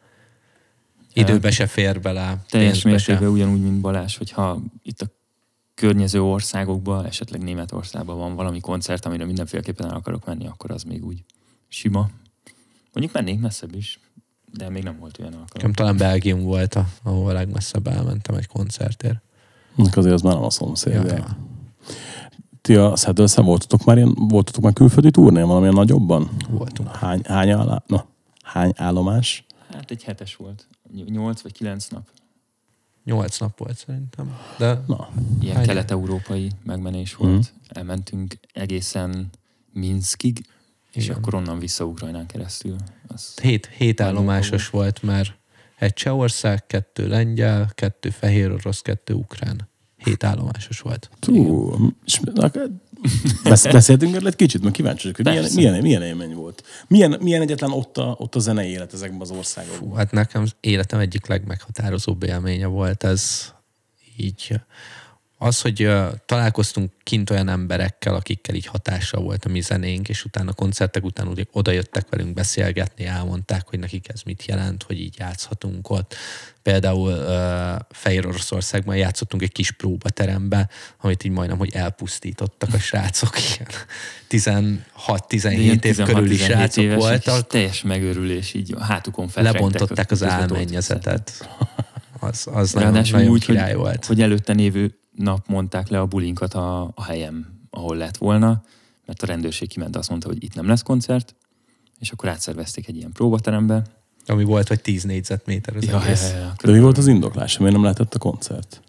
időbe se fér bele, Teljes pénzbe se. mértékben ugyanúgy, mint Balázs, hogyha itt a környező országokban, esetleg Németországban van valami koncert, amire mindenféleképpen el akarok menni, akkor az még úgy sima. Mondjuk mennék messzebb is, de még nem volt olyan alkalom. Nem, talán Belgium volt, a- ahol a legmesszebb elmentem egy koncertért. Azért az már nem a szomszéd. Ja, Ja. ja. Ti a Saddle-szel voltatok már, ilyen, voltatok már külföldi turnén valamilyen nagyobban? Voltunk. Hány, hány, állá, na, hány állomás? Hát egy hetes volt. Nyolc vagy kilenc nap. Nyolc nap volt szerintem. De Na, Ilyen Hány? kelet-európai megmenés volt. Mhm. Elmentünk egészen Minskig, és Igen. akkor onnan vissza Ukrajnán keresztül. Az... hét, hét Nagyon állomásos volt, mert egy Csehország, kettő lengyel, kettő fehér orosz, kettő ukrán. Hét állomásos volt. Tú, és, besz- beszéltünk erről egy kicsit, mert kíváncsi vagyok, hogy milyen, Persze. milyen, milyen élmény volt. Milyen, milyen egyetlen ott a, ott a zenei élet ezekben az országokban? Fú, hát nekem életem egyik legmeghatározóbb élménye volt ez így az, hogy uh, találkoztunk kint olyan emberekkel, akikkel így hatással volt a mi zenénk, és utána a koncertek után úgy oda jöttek velünk beszélgetni, elmondták, hogy nekik ez mit jelent, hogy így játszhatunk ott. Például uh, Fehér Oroszországban játszottunk egy kis próbaterembe, amit így majdnem, hogy elpusztítottak a srácok. tizenhat-tizenhét év körüli srácok éves, voltak. Teljes megőrülés, így a hátukon felfektek. Lebontották az álmennyezetet. Az, az nagyon, nagyon úgy, király hogy, volt. hogy előtte névő nap mondták le a bulinkat a, a helyem, ahol lett volna, mert a rendőrség kiment, azt mondta, hogy itt nem lesz koncert, és akkor átszervezték egy ilyen próbaterembe. Ami volt, vagy tíz négyzetméter az ja, egész. Ja, ja, De mi volt az indoklás? Miért nem lehetett a koncert?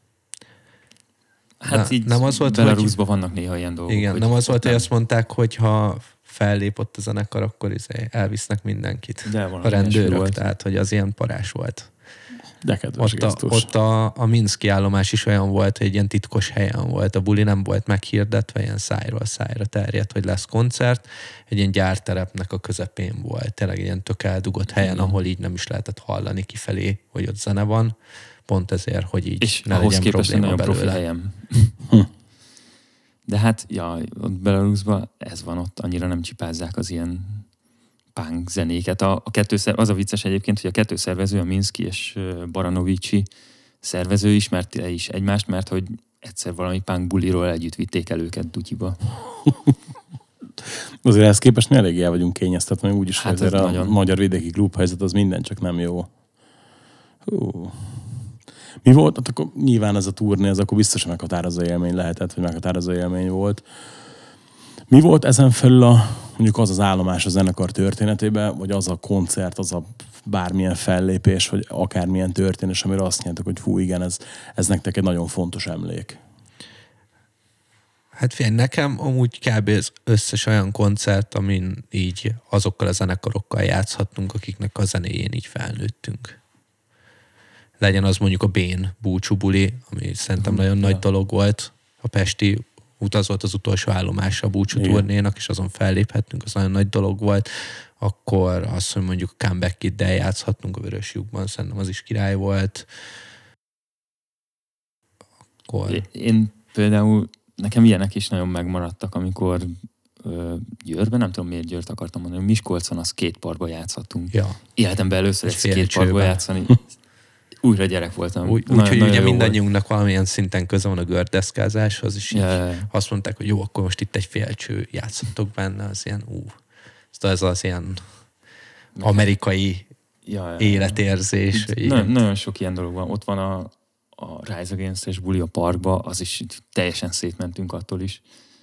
Hát Na, így nem az volt, Belarusban hogy... vannak néha ilyen dolgok. Igen, hogy nem az volt, hogy nem... azt mondták, hogy ha fellépott a zenekar, akkor izé elvisznek mindenkit. De van, a rendőrök, volt. tehát hogy az ilyen parás volt. De kedves Ott, a, ott a, a Minszki állomás is olyan volt, hogy egy ilyen titkos helyen volt. A buli nem volt meghirdetve, ilyen szájról szájra terjedt, hogy lesz koncert. Egy ilyen gyárterepnek a közepén volt. Tényleg egy ilyen tök eldugott helyen, mm. ahol így nem is lehetett hallani kifelé, hogy ott zene van. Pont ezért, hogy így és ne ahhoz legyen képest probléma nagyon belőle. profi helyem. De hát, ja, ott Belarusban ez van, ott annyira nem csipázzák az ilyen punk zenéket. A, a kettő, az a vicces egyébként, hogy a kettő szervező, a Minszki és Baranovicsi szervező ismerte is egymást, mert hogy egyszer valami punk buliról együtt vitték el őket Dutyiba. Azért ehhez képest mi eléggé el vagyunk kényeztetve, meg úgyis, hát hogy azért a nagyon... magyar vidéki klubhelyzet az minden, csak nem jó. Hú. Mi volt? Hát akkor nyilván ez a turné, ez akkor biztos meghatározó élmény lehetett, vagy meghatározó élmény volt. Mi volt ezen felül a, mondjuk az az állomás a zenekar történetében, vagy az a koncert, az a bármilyen fellépés, vagy akármilyen történés, amire azt nyertek, hogy fú, igen, ez, ez nektek egy nagyon fontos emlék. Hát figyelj, nekem amúgy kb. Az összes olyan koncert, amin így azokkal a zenekarokkal játszhattunk, akiknek a zenéjén így felnőttünk. Legyen az mondjuk a Bén búcsúbuli, ami szerintem nagyon ja. nagy dolog volt. A pesti utaz volt az utolsó állomása a búcsú turnénak, és azon felléphettünk, az nagyon nagy dolog volt. Akkor az, hogy mondjuk a Comeback Kiddel játszhattunk a Vörös lyukban, szerintem az is király volt. Akkor... Én például, nekem ilyenek is nagyon megmaradtak, amikor ö, Győrben, nem tudom miért Győrt akartam mondani, Miskolcon a skateparkba játszhattunk. Ja. Életemben először egy skateparkba játszani. Újra gyerek voltam. Úgy, úgy hogy ugye mindannyiunknak valamilyen szinten köze van a gördeszkázáshoz, és így yeah. azt mondták, hogy jó, akkor most itt egy félcső játszottok benne, az ilyen, ú, ez az ilyen amerikai ja, ja, életérzés. Na, nagyon sok ilyen dolog van. Ott van a, a Rise Against-es buli a parkba, az is teljesen szétmentünk attól is.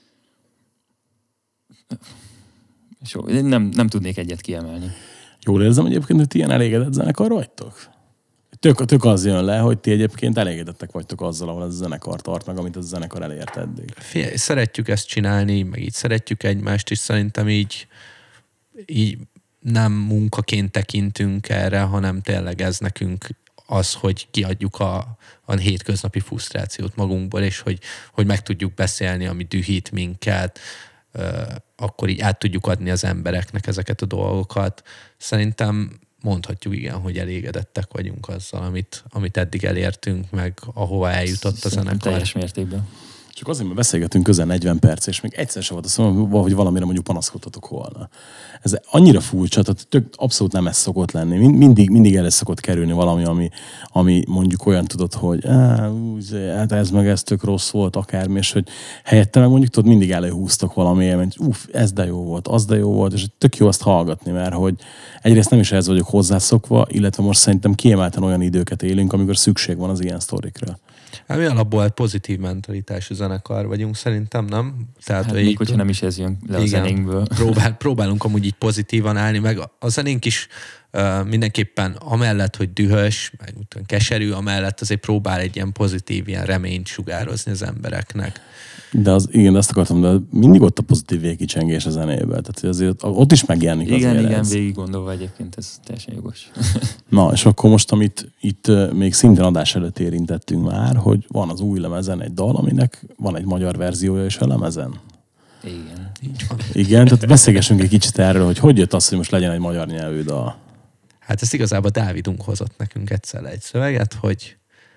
És nem, nem tudnék egyet kiemelni. Jól érzem egyébként, hogy ti ilyen elégedett zenekar vagytok? Tök, tök az jön le, hogy ti egyébként elégedettek vagytok azzal, ahol ez a zenekar tart meg, amit ez a zenekar elért eddig. Figyelj, szeretjük ezt csinálni, meg így szeretjük egymást, és szerintem így, így nem munkaként tekintünk erre, hanem tényleg ez nekünk az, hogy kiadjuk a, a hétköznapi frusztrációt magunkból, és hogy, hogy meg tudjuk beszélni, ami dühít minket, akkor így át tudjuk adni az embereknek ezeket a dolgokat. Szerintem mondhatjuk igen, hogy elégedettek vagyunk azzal, amit, amit eddig elértünk, meg ahova eljutott a zenekar. Teljes mértékben. Csak azért, mert beszélgetünk közel negyven perc, és még egyszer sem volt azt mondom, hogy valamire mondjuk panaszkodtatok volna. Ez annyira furcsa, tehát tök, abszolút nem ez szokott lenni. Mindig, mindig el szokott kerülni valami, ami, ami mondjuk olyan tudod, hogy á, hát ez meg ez tök rossz volt, akármi, és hogy helyette meg mondjuk tudod, mindig előhúztok valami élményt, uff, ez de jó volt, az de jó volt, és tök jó azt hallgatni, mert hogy egyrészt nem is ehhez vagyok hozzászokva, illetve most szerintem kiemelten olyan időket élünk, amikor szükség van az ilyen sztorikra. Hát mi alapból pozitív mentalitású zenekar vagyunk, szerintem, nem? Tehát, hát még, hogyha nem is ez jön le a zenénkből. Próbál, próbálunk amúgy így pozitívan állni, meg a zenénk is uh, mindenképpen amellett, hogy dühös, meg keserű, amellett azért próbál egy ilyen pozitív, ilyen reményt sugározni az embereknek. De az, igen, ezt akartam, de mindig ott a pozitív végkicsengés a zenében. Tehát azért ott is megjelenik igen, azért igen, ez. végig gondolva egyébként ez teljesen jogos. Na, és akkor most, amit itt még szintén adás előtt érintettünk már, hogy van az új lemezen egy dal, aminek van egy magyar verziója is a lemezen. Igen. Így van. Igen, tehát beszélgessünk egy kicsit erről, hogy hogy jött az, hogy most legyen egy magyar nyelvű dal. Hát ezt igazából Dávidunk hozott nekünk egyszer egy szöveget, hogy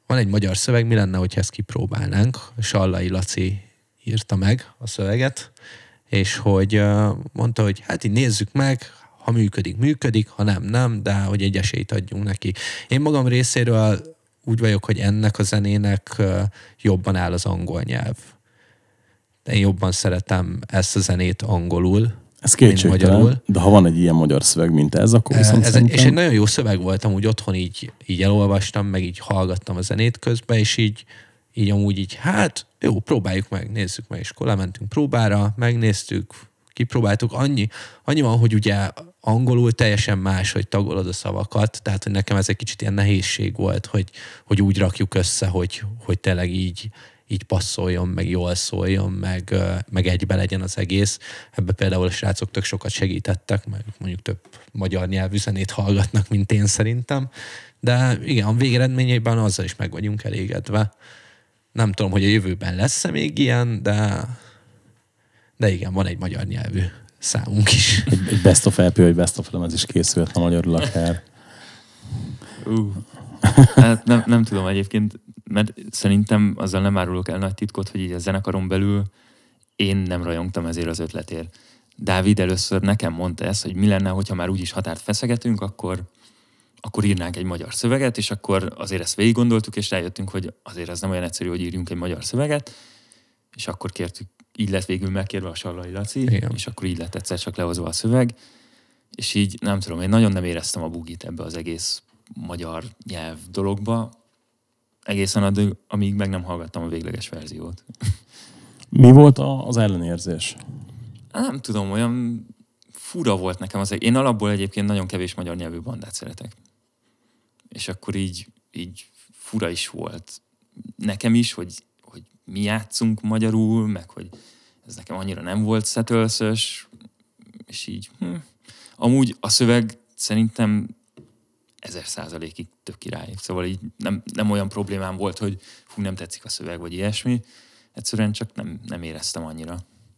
van egy magyar szöveg, mi lenne, hogyha ezt kipróbálnánk. Sallai Laci írta meg a szöveget, és hogy mondta, hogy hát így nézzük meg, ha működik, működik, ha nem, nem, de hogy egy esélyt adjunk neki. Én magam részéről úgy vagyok, hogy ennek a zenének jobban áll az angol nyelv. Én jobban szeretem ezt a zenét angolul, ez kétségtelen, de ha van egy ilyen magyar szöveg, mint ez, akkor viszont ez szerintem... És egy nagyon jó szöveg volt, amúgy otthon így, így elolvastam, meg így hallgattam a zenét közben, és így, így amúgy így, hát jó, próbáljuk meg, nézzük meg, és akkor lementünk próbára, megnéztük, kipróbáltuk. Annyi, annyi van, hogy ugye angolul teljesen más, hogy tagolod a szavakat, tehát hogy nekem ez egy kicsit ilyen nehézség volt, hogy, hogy úgy rakjuk össze, hogy, hogy tényleg így, így passzoljon, meg jól szóljon, meg, meg egybe legyen az egész. Ebbe például a srácok tök sokat segítettek, meg mondjuk több magyar nyelvű zenét hallgatnak, mint én szerintem. De igen, a végeredményeiben azzal is meg vagyunk elégedve. Nem tudom, hogy a jövőben lesz-e még ilyen, de, de igen, van egy magyar nyelvű számunk is. Egy, egy best of el pé vagy best of lemez is készült a magyarul akár. Uh, hát nem, nem tudom egyébként, mert szerintem azzal nem árulok el nagy titkot, hogy így a zenekaron belül én nem rajongtam ezért az ötletért. Dávid először nekem mondta ezt, hogy mi lenne, hogyha már úgyis határt feszegetünk, akkor, akkor írnánk egy magyar szöveget, és akkor azért ezt végig gondoltuk, és rájöttünk, hogy azért ez nem olyan egyszerű, hogy írjunk egy magyar szöveget, és akkor kértük, így lett végül megkérve a Sallai Laci, igen. És akkor így lett egyszer csak lehozva a szöveg, és így nem tudom, én nagyon nem éreztem a bugit ebbe az egész magyar nyelv dologba, egészen addig, amíg meg nem hallgattam a végleges verziót. Mi volt a, az ellenérzés? Nem tudom, olyan fura volt nekem az. Én alapból egyébként nagyon kevés magyar nyelvű bandát szeretek. És akkor így, így fura is volt nekem is, hogy, hogy mi játszunk magyarul, meg hogy ez nekem annyira nem volt szetölszös, és így hm. Amúgy a szöveg szerintem ezer százalékig tök király. Szóval így nem, nem olyan problémám volt, hogy fú, nem tetszik a szöveg, vagy ilyesmi. Egyszerűen csak nem, nem éreztem annyira.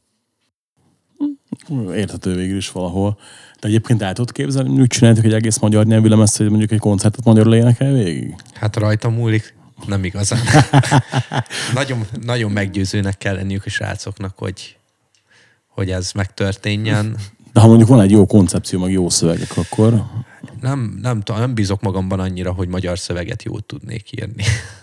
Érthető végül is valahol. De egyébként el tudod képzelni, hogy úgy csináltuk egy egész magyar nyelvű lemezt, hogy mondjuk egy koncertet magyarul énekel végig? Hát rajta múlik, nem igazán. nagyon, nagyon meggyőzőnek kell lenniük a srácoknak, hogy, hogy ez megtörténjen. De ha mondjuk van egy jó koncepció, meg jó szövegek, akkor... Nem, nem, nem bízok magamban annyira, hogy magyar szöveget jót tudnék írni.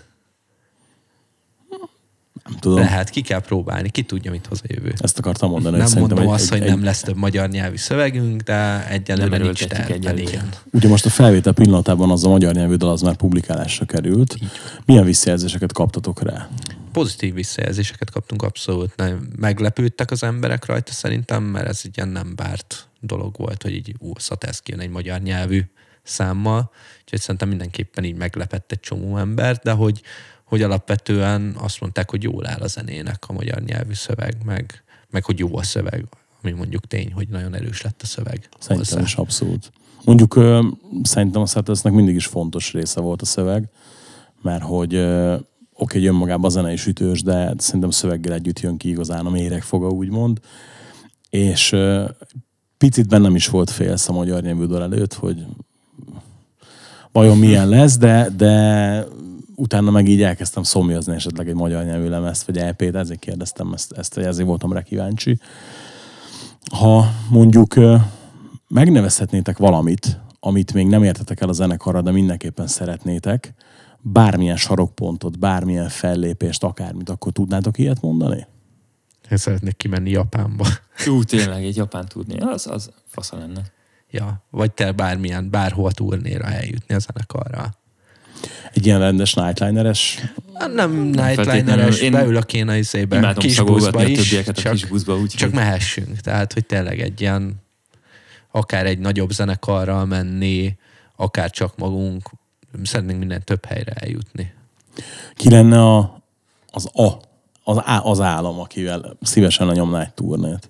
Nem tudom. Lehet, ki kell próbálni, ki tudja, mit hoz a jövő. Ezt akartam mondani. Nem mondom egy, azt, egy, hogy egy, nem lesz több magyar nyelvű szövegünk, de egyelőre nincs tervben, igen. Ugye most a felvétel pillanatában az a magyar nyelvű dal az már publikálásra került. Így. Milyen visszajelzéseket kaptatok rá? Pozitív visszajelzéseket kaptunk, abszolút. Nem. Meglepődtek az emberek rajta szerintem, mert ez egy ilyen nem várt dolog volt, hogy így ú, Szateszki jön egy magyar nyelvű számmal. Úgyhogy szerintem mindenképpen így meglepett egy csomó embert, de hogy hogy alapvetően azt mondták, hogy jól áll a zenének a magyar nyelvű szöveg, meg, meg hogy jó a szöveg, ami mondjuk tény, hogy nagyon erős lett a szöveg. Szerintem hozzá. Is abszolút. Mondjuk ö, szerintem a Szatesznek mindig is fontos része volt a szöveg, mert hogy ö, oké, hogy önmagában a zene is ütős, de szerintem szöveggel együtt jön ki igazán a méregfoga, úgymond. És ö, picit bennem is volt félsz a magyar nyelvű dal előtt, hogy vajon milyen lesz, de, de utána meg így elkezdtem szomjazni esetleg egy magyar nyelvű lemezt, vagy é pét, ezért kérdeztem ezt, ezt, hogy ezért voltam rá kíváncsi. Ha mondjuk megnevezhetnétek valamit, amit még nem értetek el a zenekarra, de mindenképpen szeretnétek, bármilyen sarokpontot, bármilyen fellépést, akármit, akkor tudnátok ilyet mondani? Én szeretnék kimenni Japánba. Ú, tényleg, egy japán turné, az, az fasza lenne. Ja, vagy te bármilyen, bárhol turnéra eljutni a zenekarral. Egy ilyen rendes nightliner-es? Nem nightliner-es, én beülök én a izébe, kis buszba is, csak, kis buszba, úgy csak mehessünk. Tehát, hogy tényleg egy ilyen, akár egy nagyobb zenekarral menni, akár csak magunk, szeretnénk minden több helyre eljutni. Ki lenne a, az a, az, á, az állam, akivel szívesen lenyomná egy turnét?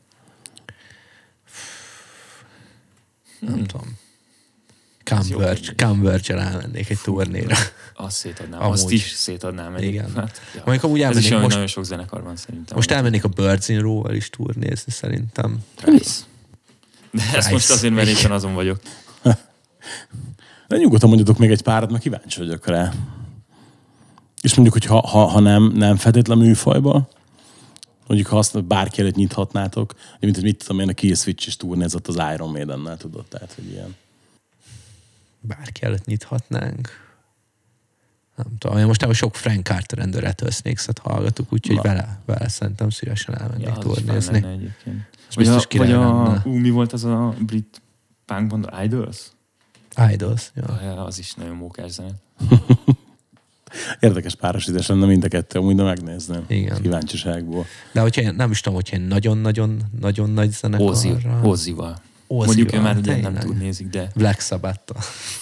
Nem hmm. tudom. Converge, Converge-el elmennék egy turnéra. Azt szétadnám, amúgy. Azt is szétadnám. Egy, igen. Hát, ja. Mondjuk, amúgy ez is olyan, most, nagyon sok zenekar van szerintem. Most elmennék a Birds in Row-val is turnézni szerintem. Price. De ezt Price. Most azért, mert éppen azon vagyok. De nyugodtan mondjatok még egy párat, mert kíváncsi vagyok rá. És mondjuk, hogy ha, ha, ha nem, nem feltétlen műfajba, mondjuk ha azt bárki előtt nyithatnátok, mint hogy mit tudom én, a Kill Switch is turnézott az Iron Maidennel, tudod, tehát, hogy ilyen. Bárki előtt nyithatnánk. Nem tudom, én most sok Frank Carter and the Rattlesnakes-et hallgatok, úgyhogy vele, vele szerintem szívesen elmennék Ja, turnézni. Egyébként. Az Vagy biztos a, vagy király a, lenne. ú, mi volt az a brit punkband, Idols? Idols, ja. Ja, az is nagyon mókás zene. Érdekes párosítás lenne mind a kettő, amúgy de megnézném. Igen. Kíváncsiságból. De hogyha én, nem is tudom, hogyha én nagyon-nagyon-nagyon nagy zenekarra... Ozzy, Ozzyval. Ozzyval, Mondjuk ő már ugye nem tényleg. turnézik, de... Black Sabbath-tal.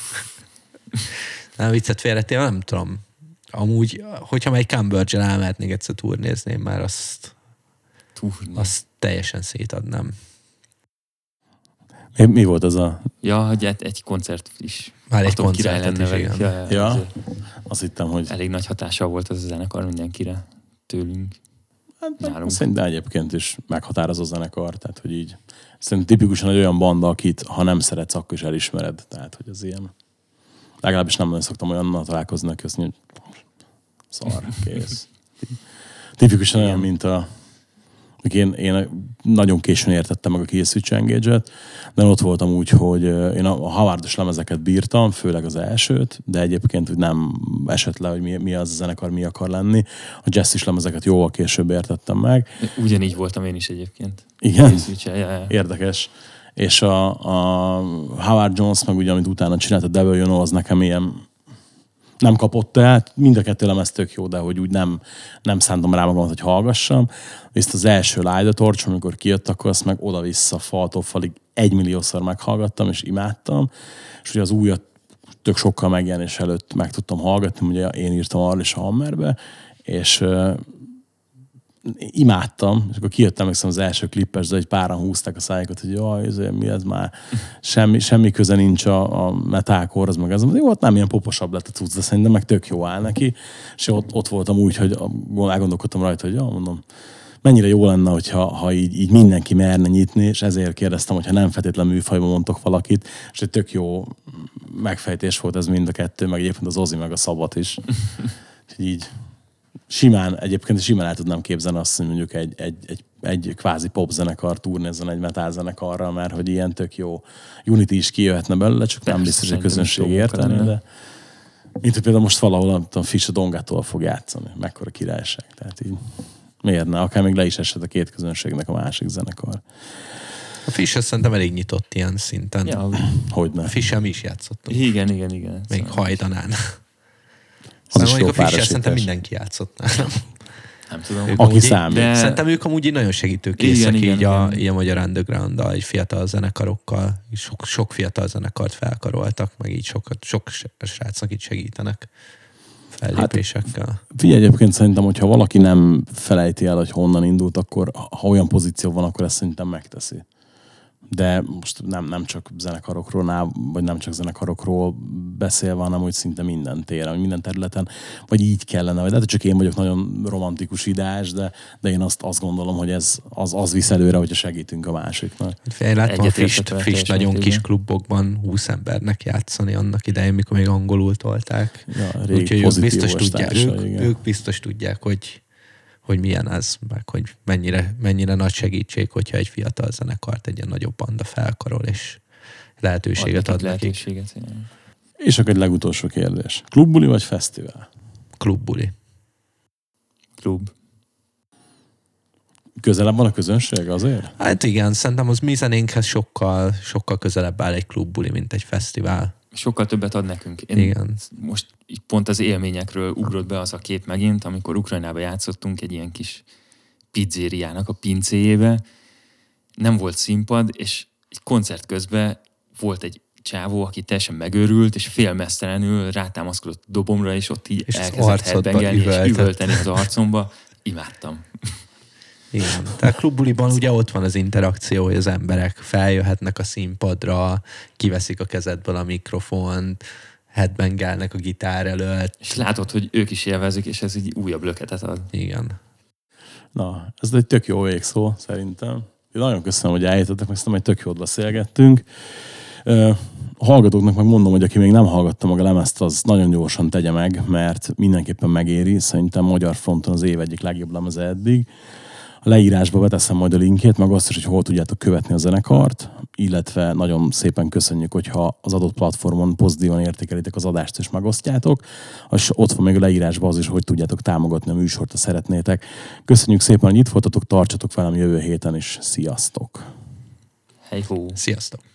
Nem viccet félretéve, nem tudom. Amúgy, hogyha egy Cambridge-el elmehetnék egyszer turnézni, már azt, Turné. azt teljesen szétadnám. Mi, mi volt az a... Ja, hogy egy, egy koncert is. Már egy attól király koncertet lenne is, velük. igen. Ja, ja, Ja, azért azt hittem, hogy... elég nagy hatással volt az a zenekar mindenkire tőlünk. Hát, Nálunk. szerintem egyébként is meghatározó zenekar, tehát hogy így szerintem tipikusan egy olyan banda, akit ha nem szeretsz, akkor is elismered. Tehát, hogy az ilyen... Legalábbis nem nagyon szoktam olyannal találkozni, aki azt mondja, hogy szar, kész. Tipikusan olyan, mint a... Én, én nagyon későn értettem meg a Kill Switch Engage-et, de ott voltam úgy, hogy én a Havardos lemezeket bírtam, főleg az elsőt, de egyébként úgy nem esett le, hogy mi, mi az a zenekar, mi akar lenni. A jazzis lemezeket jóval később értettem meg. Ugyanígy voltam én is egyébként. Igen? Ja, ja, ja. Érdekes. És a, a Howard Jones meg ugye, amit utána csinált, a Devil You Know, az nekem ilyen nem kapott el, mind a kettő lemez tök jó, de hogy úgy nem, nem szántam rá magamat, hogy hallgassam. Viszont az első Light the Torch, amikor kijött, akkor azt meg oda-vissza faltól falig egymilliószor meghallgattam, és imádtam. És ugye az újat tök sokkal megjelenés előtt meg tudtam hallgatni, ugye én írtam arra is a Hammerbe, és uh, imádtam, és akkor kijöttem, emlékszem az első klippes, de egy páran húzták a szájukat, hogy jaj, ez, mi ez már, semmi, semmi köze nincs a, a metalcore-hoz, meg ez. Jó, ott nem ilyen poposabb lett a cucc, de szerintem meg tök jó áll neki. És ott, ott voltam úgy, hogy elgondolkodtam rajta, hogy jó, mondom, mennyire jó lenne, hogyha ha így, így mindenki merne nyitni, és ezért kérdeztem, hogyha nem feltétlen műfajban mondtok valakit, és egy tök jó megfejtés volt ez mind a kettő, meg egyébként az Ozzy, meg a Szabat is. Úgyhogy így simán, egyébként simán el tudnám képzelni azt, hogy mondjuk egy, egy, egy, egy kvázi popzenekar turnézzen egy metal zenekarral, mert hogy ilyen tök jó Unity is kijöhetne belőle, csak nem biztos, hogy a közönség érteni, de mint hogy például most valahol a Fish a Dongától fog játszani. Mekkora királyság. Tehát így miért ne? Akár még le is esett a két közönségnek a másik zenekar. A Fish szerintem elég nyitott ilyen szinten. Ja, Hogyne. A Fish-el mi is játszottunk. igen, igen, igen. Még Szóval hajdanán. Az is Szóval jó mondjuk a Fish-el párosítás. szerintem mindenki játszott nálam. nem tudom. Ők Aki amúgy- számít. de- Szerintem ők amúgy így nagyon segítőkészek Igen, így, igen, a, igen. így a magyar underground-dal, így fiatal zenekarokkal. Sok, sok fiatal zenekart felkaroltak, meg így sokat, sok srácnak így segítenek fellépésekkel. Figyelj, egyébként szerintem, hogyha valaki nem felejti el, hogy honnan indult, akkor ha olyan pozíció van, akkor ezt szerintem megteszi. De most nem, nem csak zenekarokról, ná- vagy nem csak zenekarokról beszélve, hanem hogy szinte minden téren, vagy minden területen, vagy így kellene, vagy lehet, hogy csak én vagyok nagyon romantikus ideás, de, de én azt, azt gondolom, hogy ez az, az visz előre, hogyha segítünk a másiknak. Én láttam a Egyetértek Fish-t, vele Fish teljesen nagyon mértékben. kis klubokban húsz embernek játszani annak idején, mikor még angolul tolták. Ja, régi Úgyhogy ők biztos, pozitívos tudják, társa, ők, igen. ők biztos tudják, hogy, hogy milyen ez, meg hogy mennyire, mennyire nagy segítség, hogyha egy fiatal zenekart egy ilyen nagyobb banda felkarol, és lehetőséget ad nekik. lehetőséget. Igen. És akkor egy legutolsó kérdés. Klubbuli vagy fesztivál? Klubbuli. Klub. Közelebb van a közönség azért? Hát igen, szerintem az mi zenénkhez sokkal, sokkal közelebb áll egy klubbuli, mint egy fesztivál. Sokkal többet ad nekünk. Én Igen. most így pont az élményekről ugrott be az a kép megint, amikor Ukrajnába játszottunk egy ilyen kis pizzériának a pincéjébe. Nem volt színpad, és egy koncert közben volt egy csávó, aki teljesen megőrült, és félmeztelenül rátámaszkodott a dobomra, és ott így És az elkezdett arcodba headbangelni, és üvöltött. üvölteni az arcomba. Imádtam. Igen. Tehát a klubbuliban ugye ott van az interakció, hogy az emberek feljöhetnek a színpadra, kiveszik a kezedből a mikrofont, headbangelnek a gitár előtt. És látod, hogy ők is élvezik, és ez így újabb löketet ad. Igen. Na, ez egy tök jó végszó, szerintem. Én nagyon köszönöm, hogy eljöttetek, meg szerintem egy tök jót beszélgettünk. Ö, A hallgatóknak meg mondom, hogy aki még nem hallgatta meg a lemezt, az nagyon gyorsan tegye meg, mert mindenképpen megéri. Szerintem magyar fronton az év egyik legjobb lemeze eddig. A leírásba beteszem majd a linkét, meg azt is, hogy hol tudjátok követni a zenekart, illetve nagyon szépen köszönjük, hogyha az adott platformon pozitívan értékelitek az adást és megosztjátok, és ott van még a leírásban az is, hogy tudjátok támogatni a műsort, ha szeretnétek. Köszönjük szépen, hogy itt voltatok, tartsatok velem jövő héten is. Sziasztok! Hey ho! Sziasztok!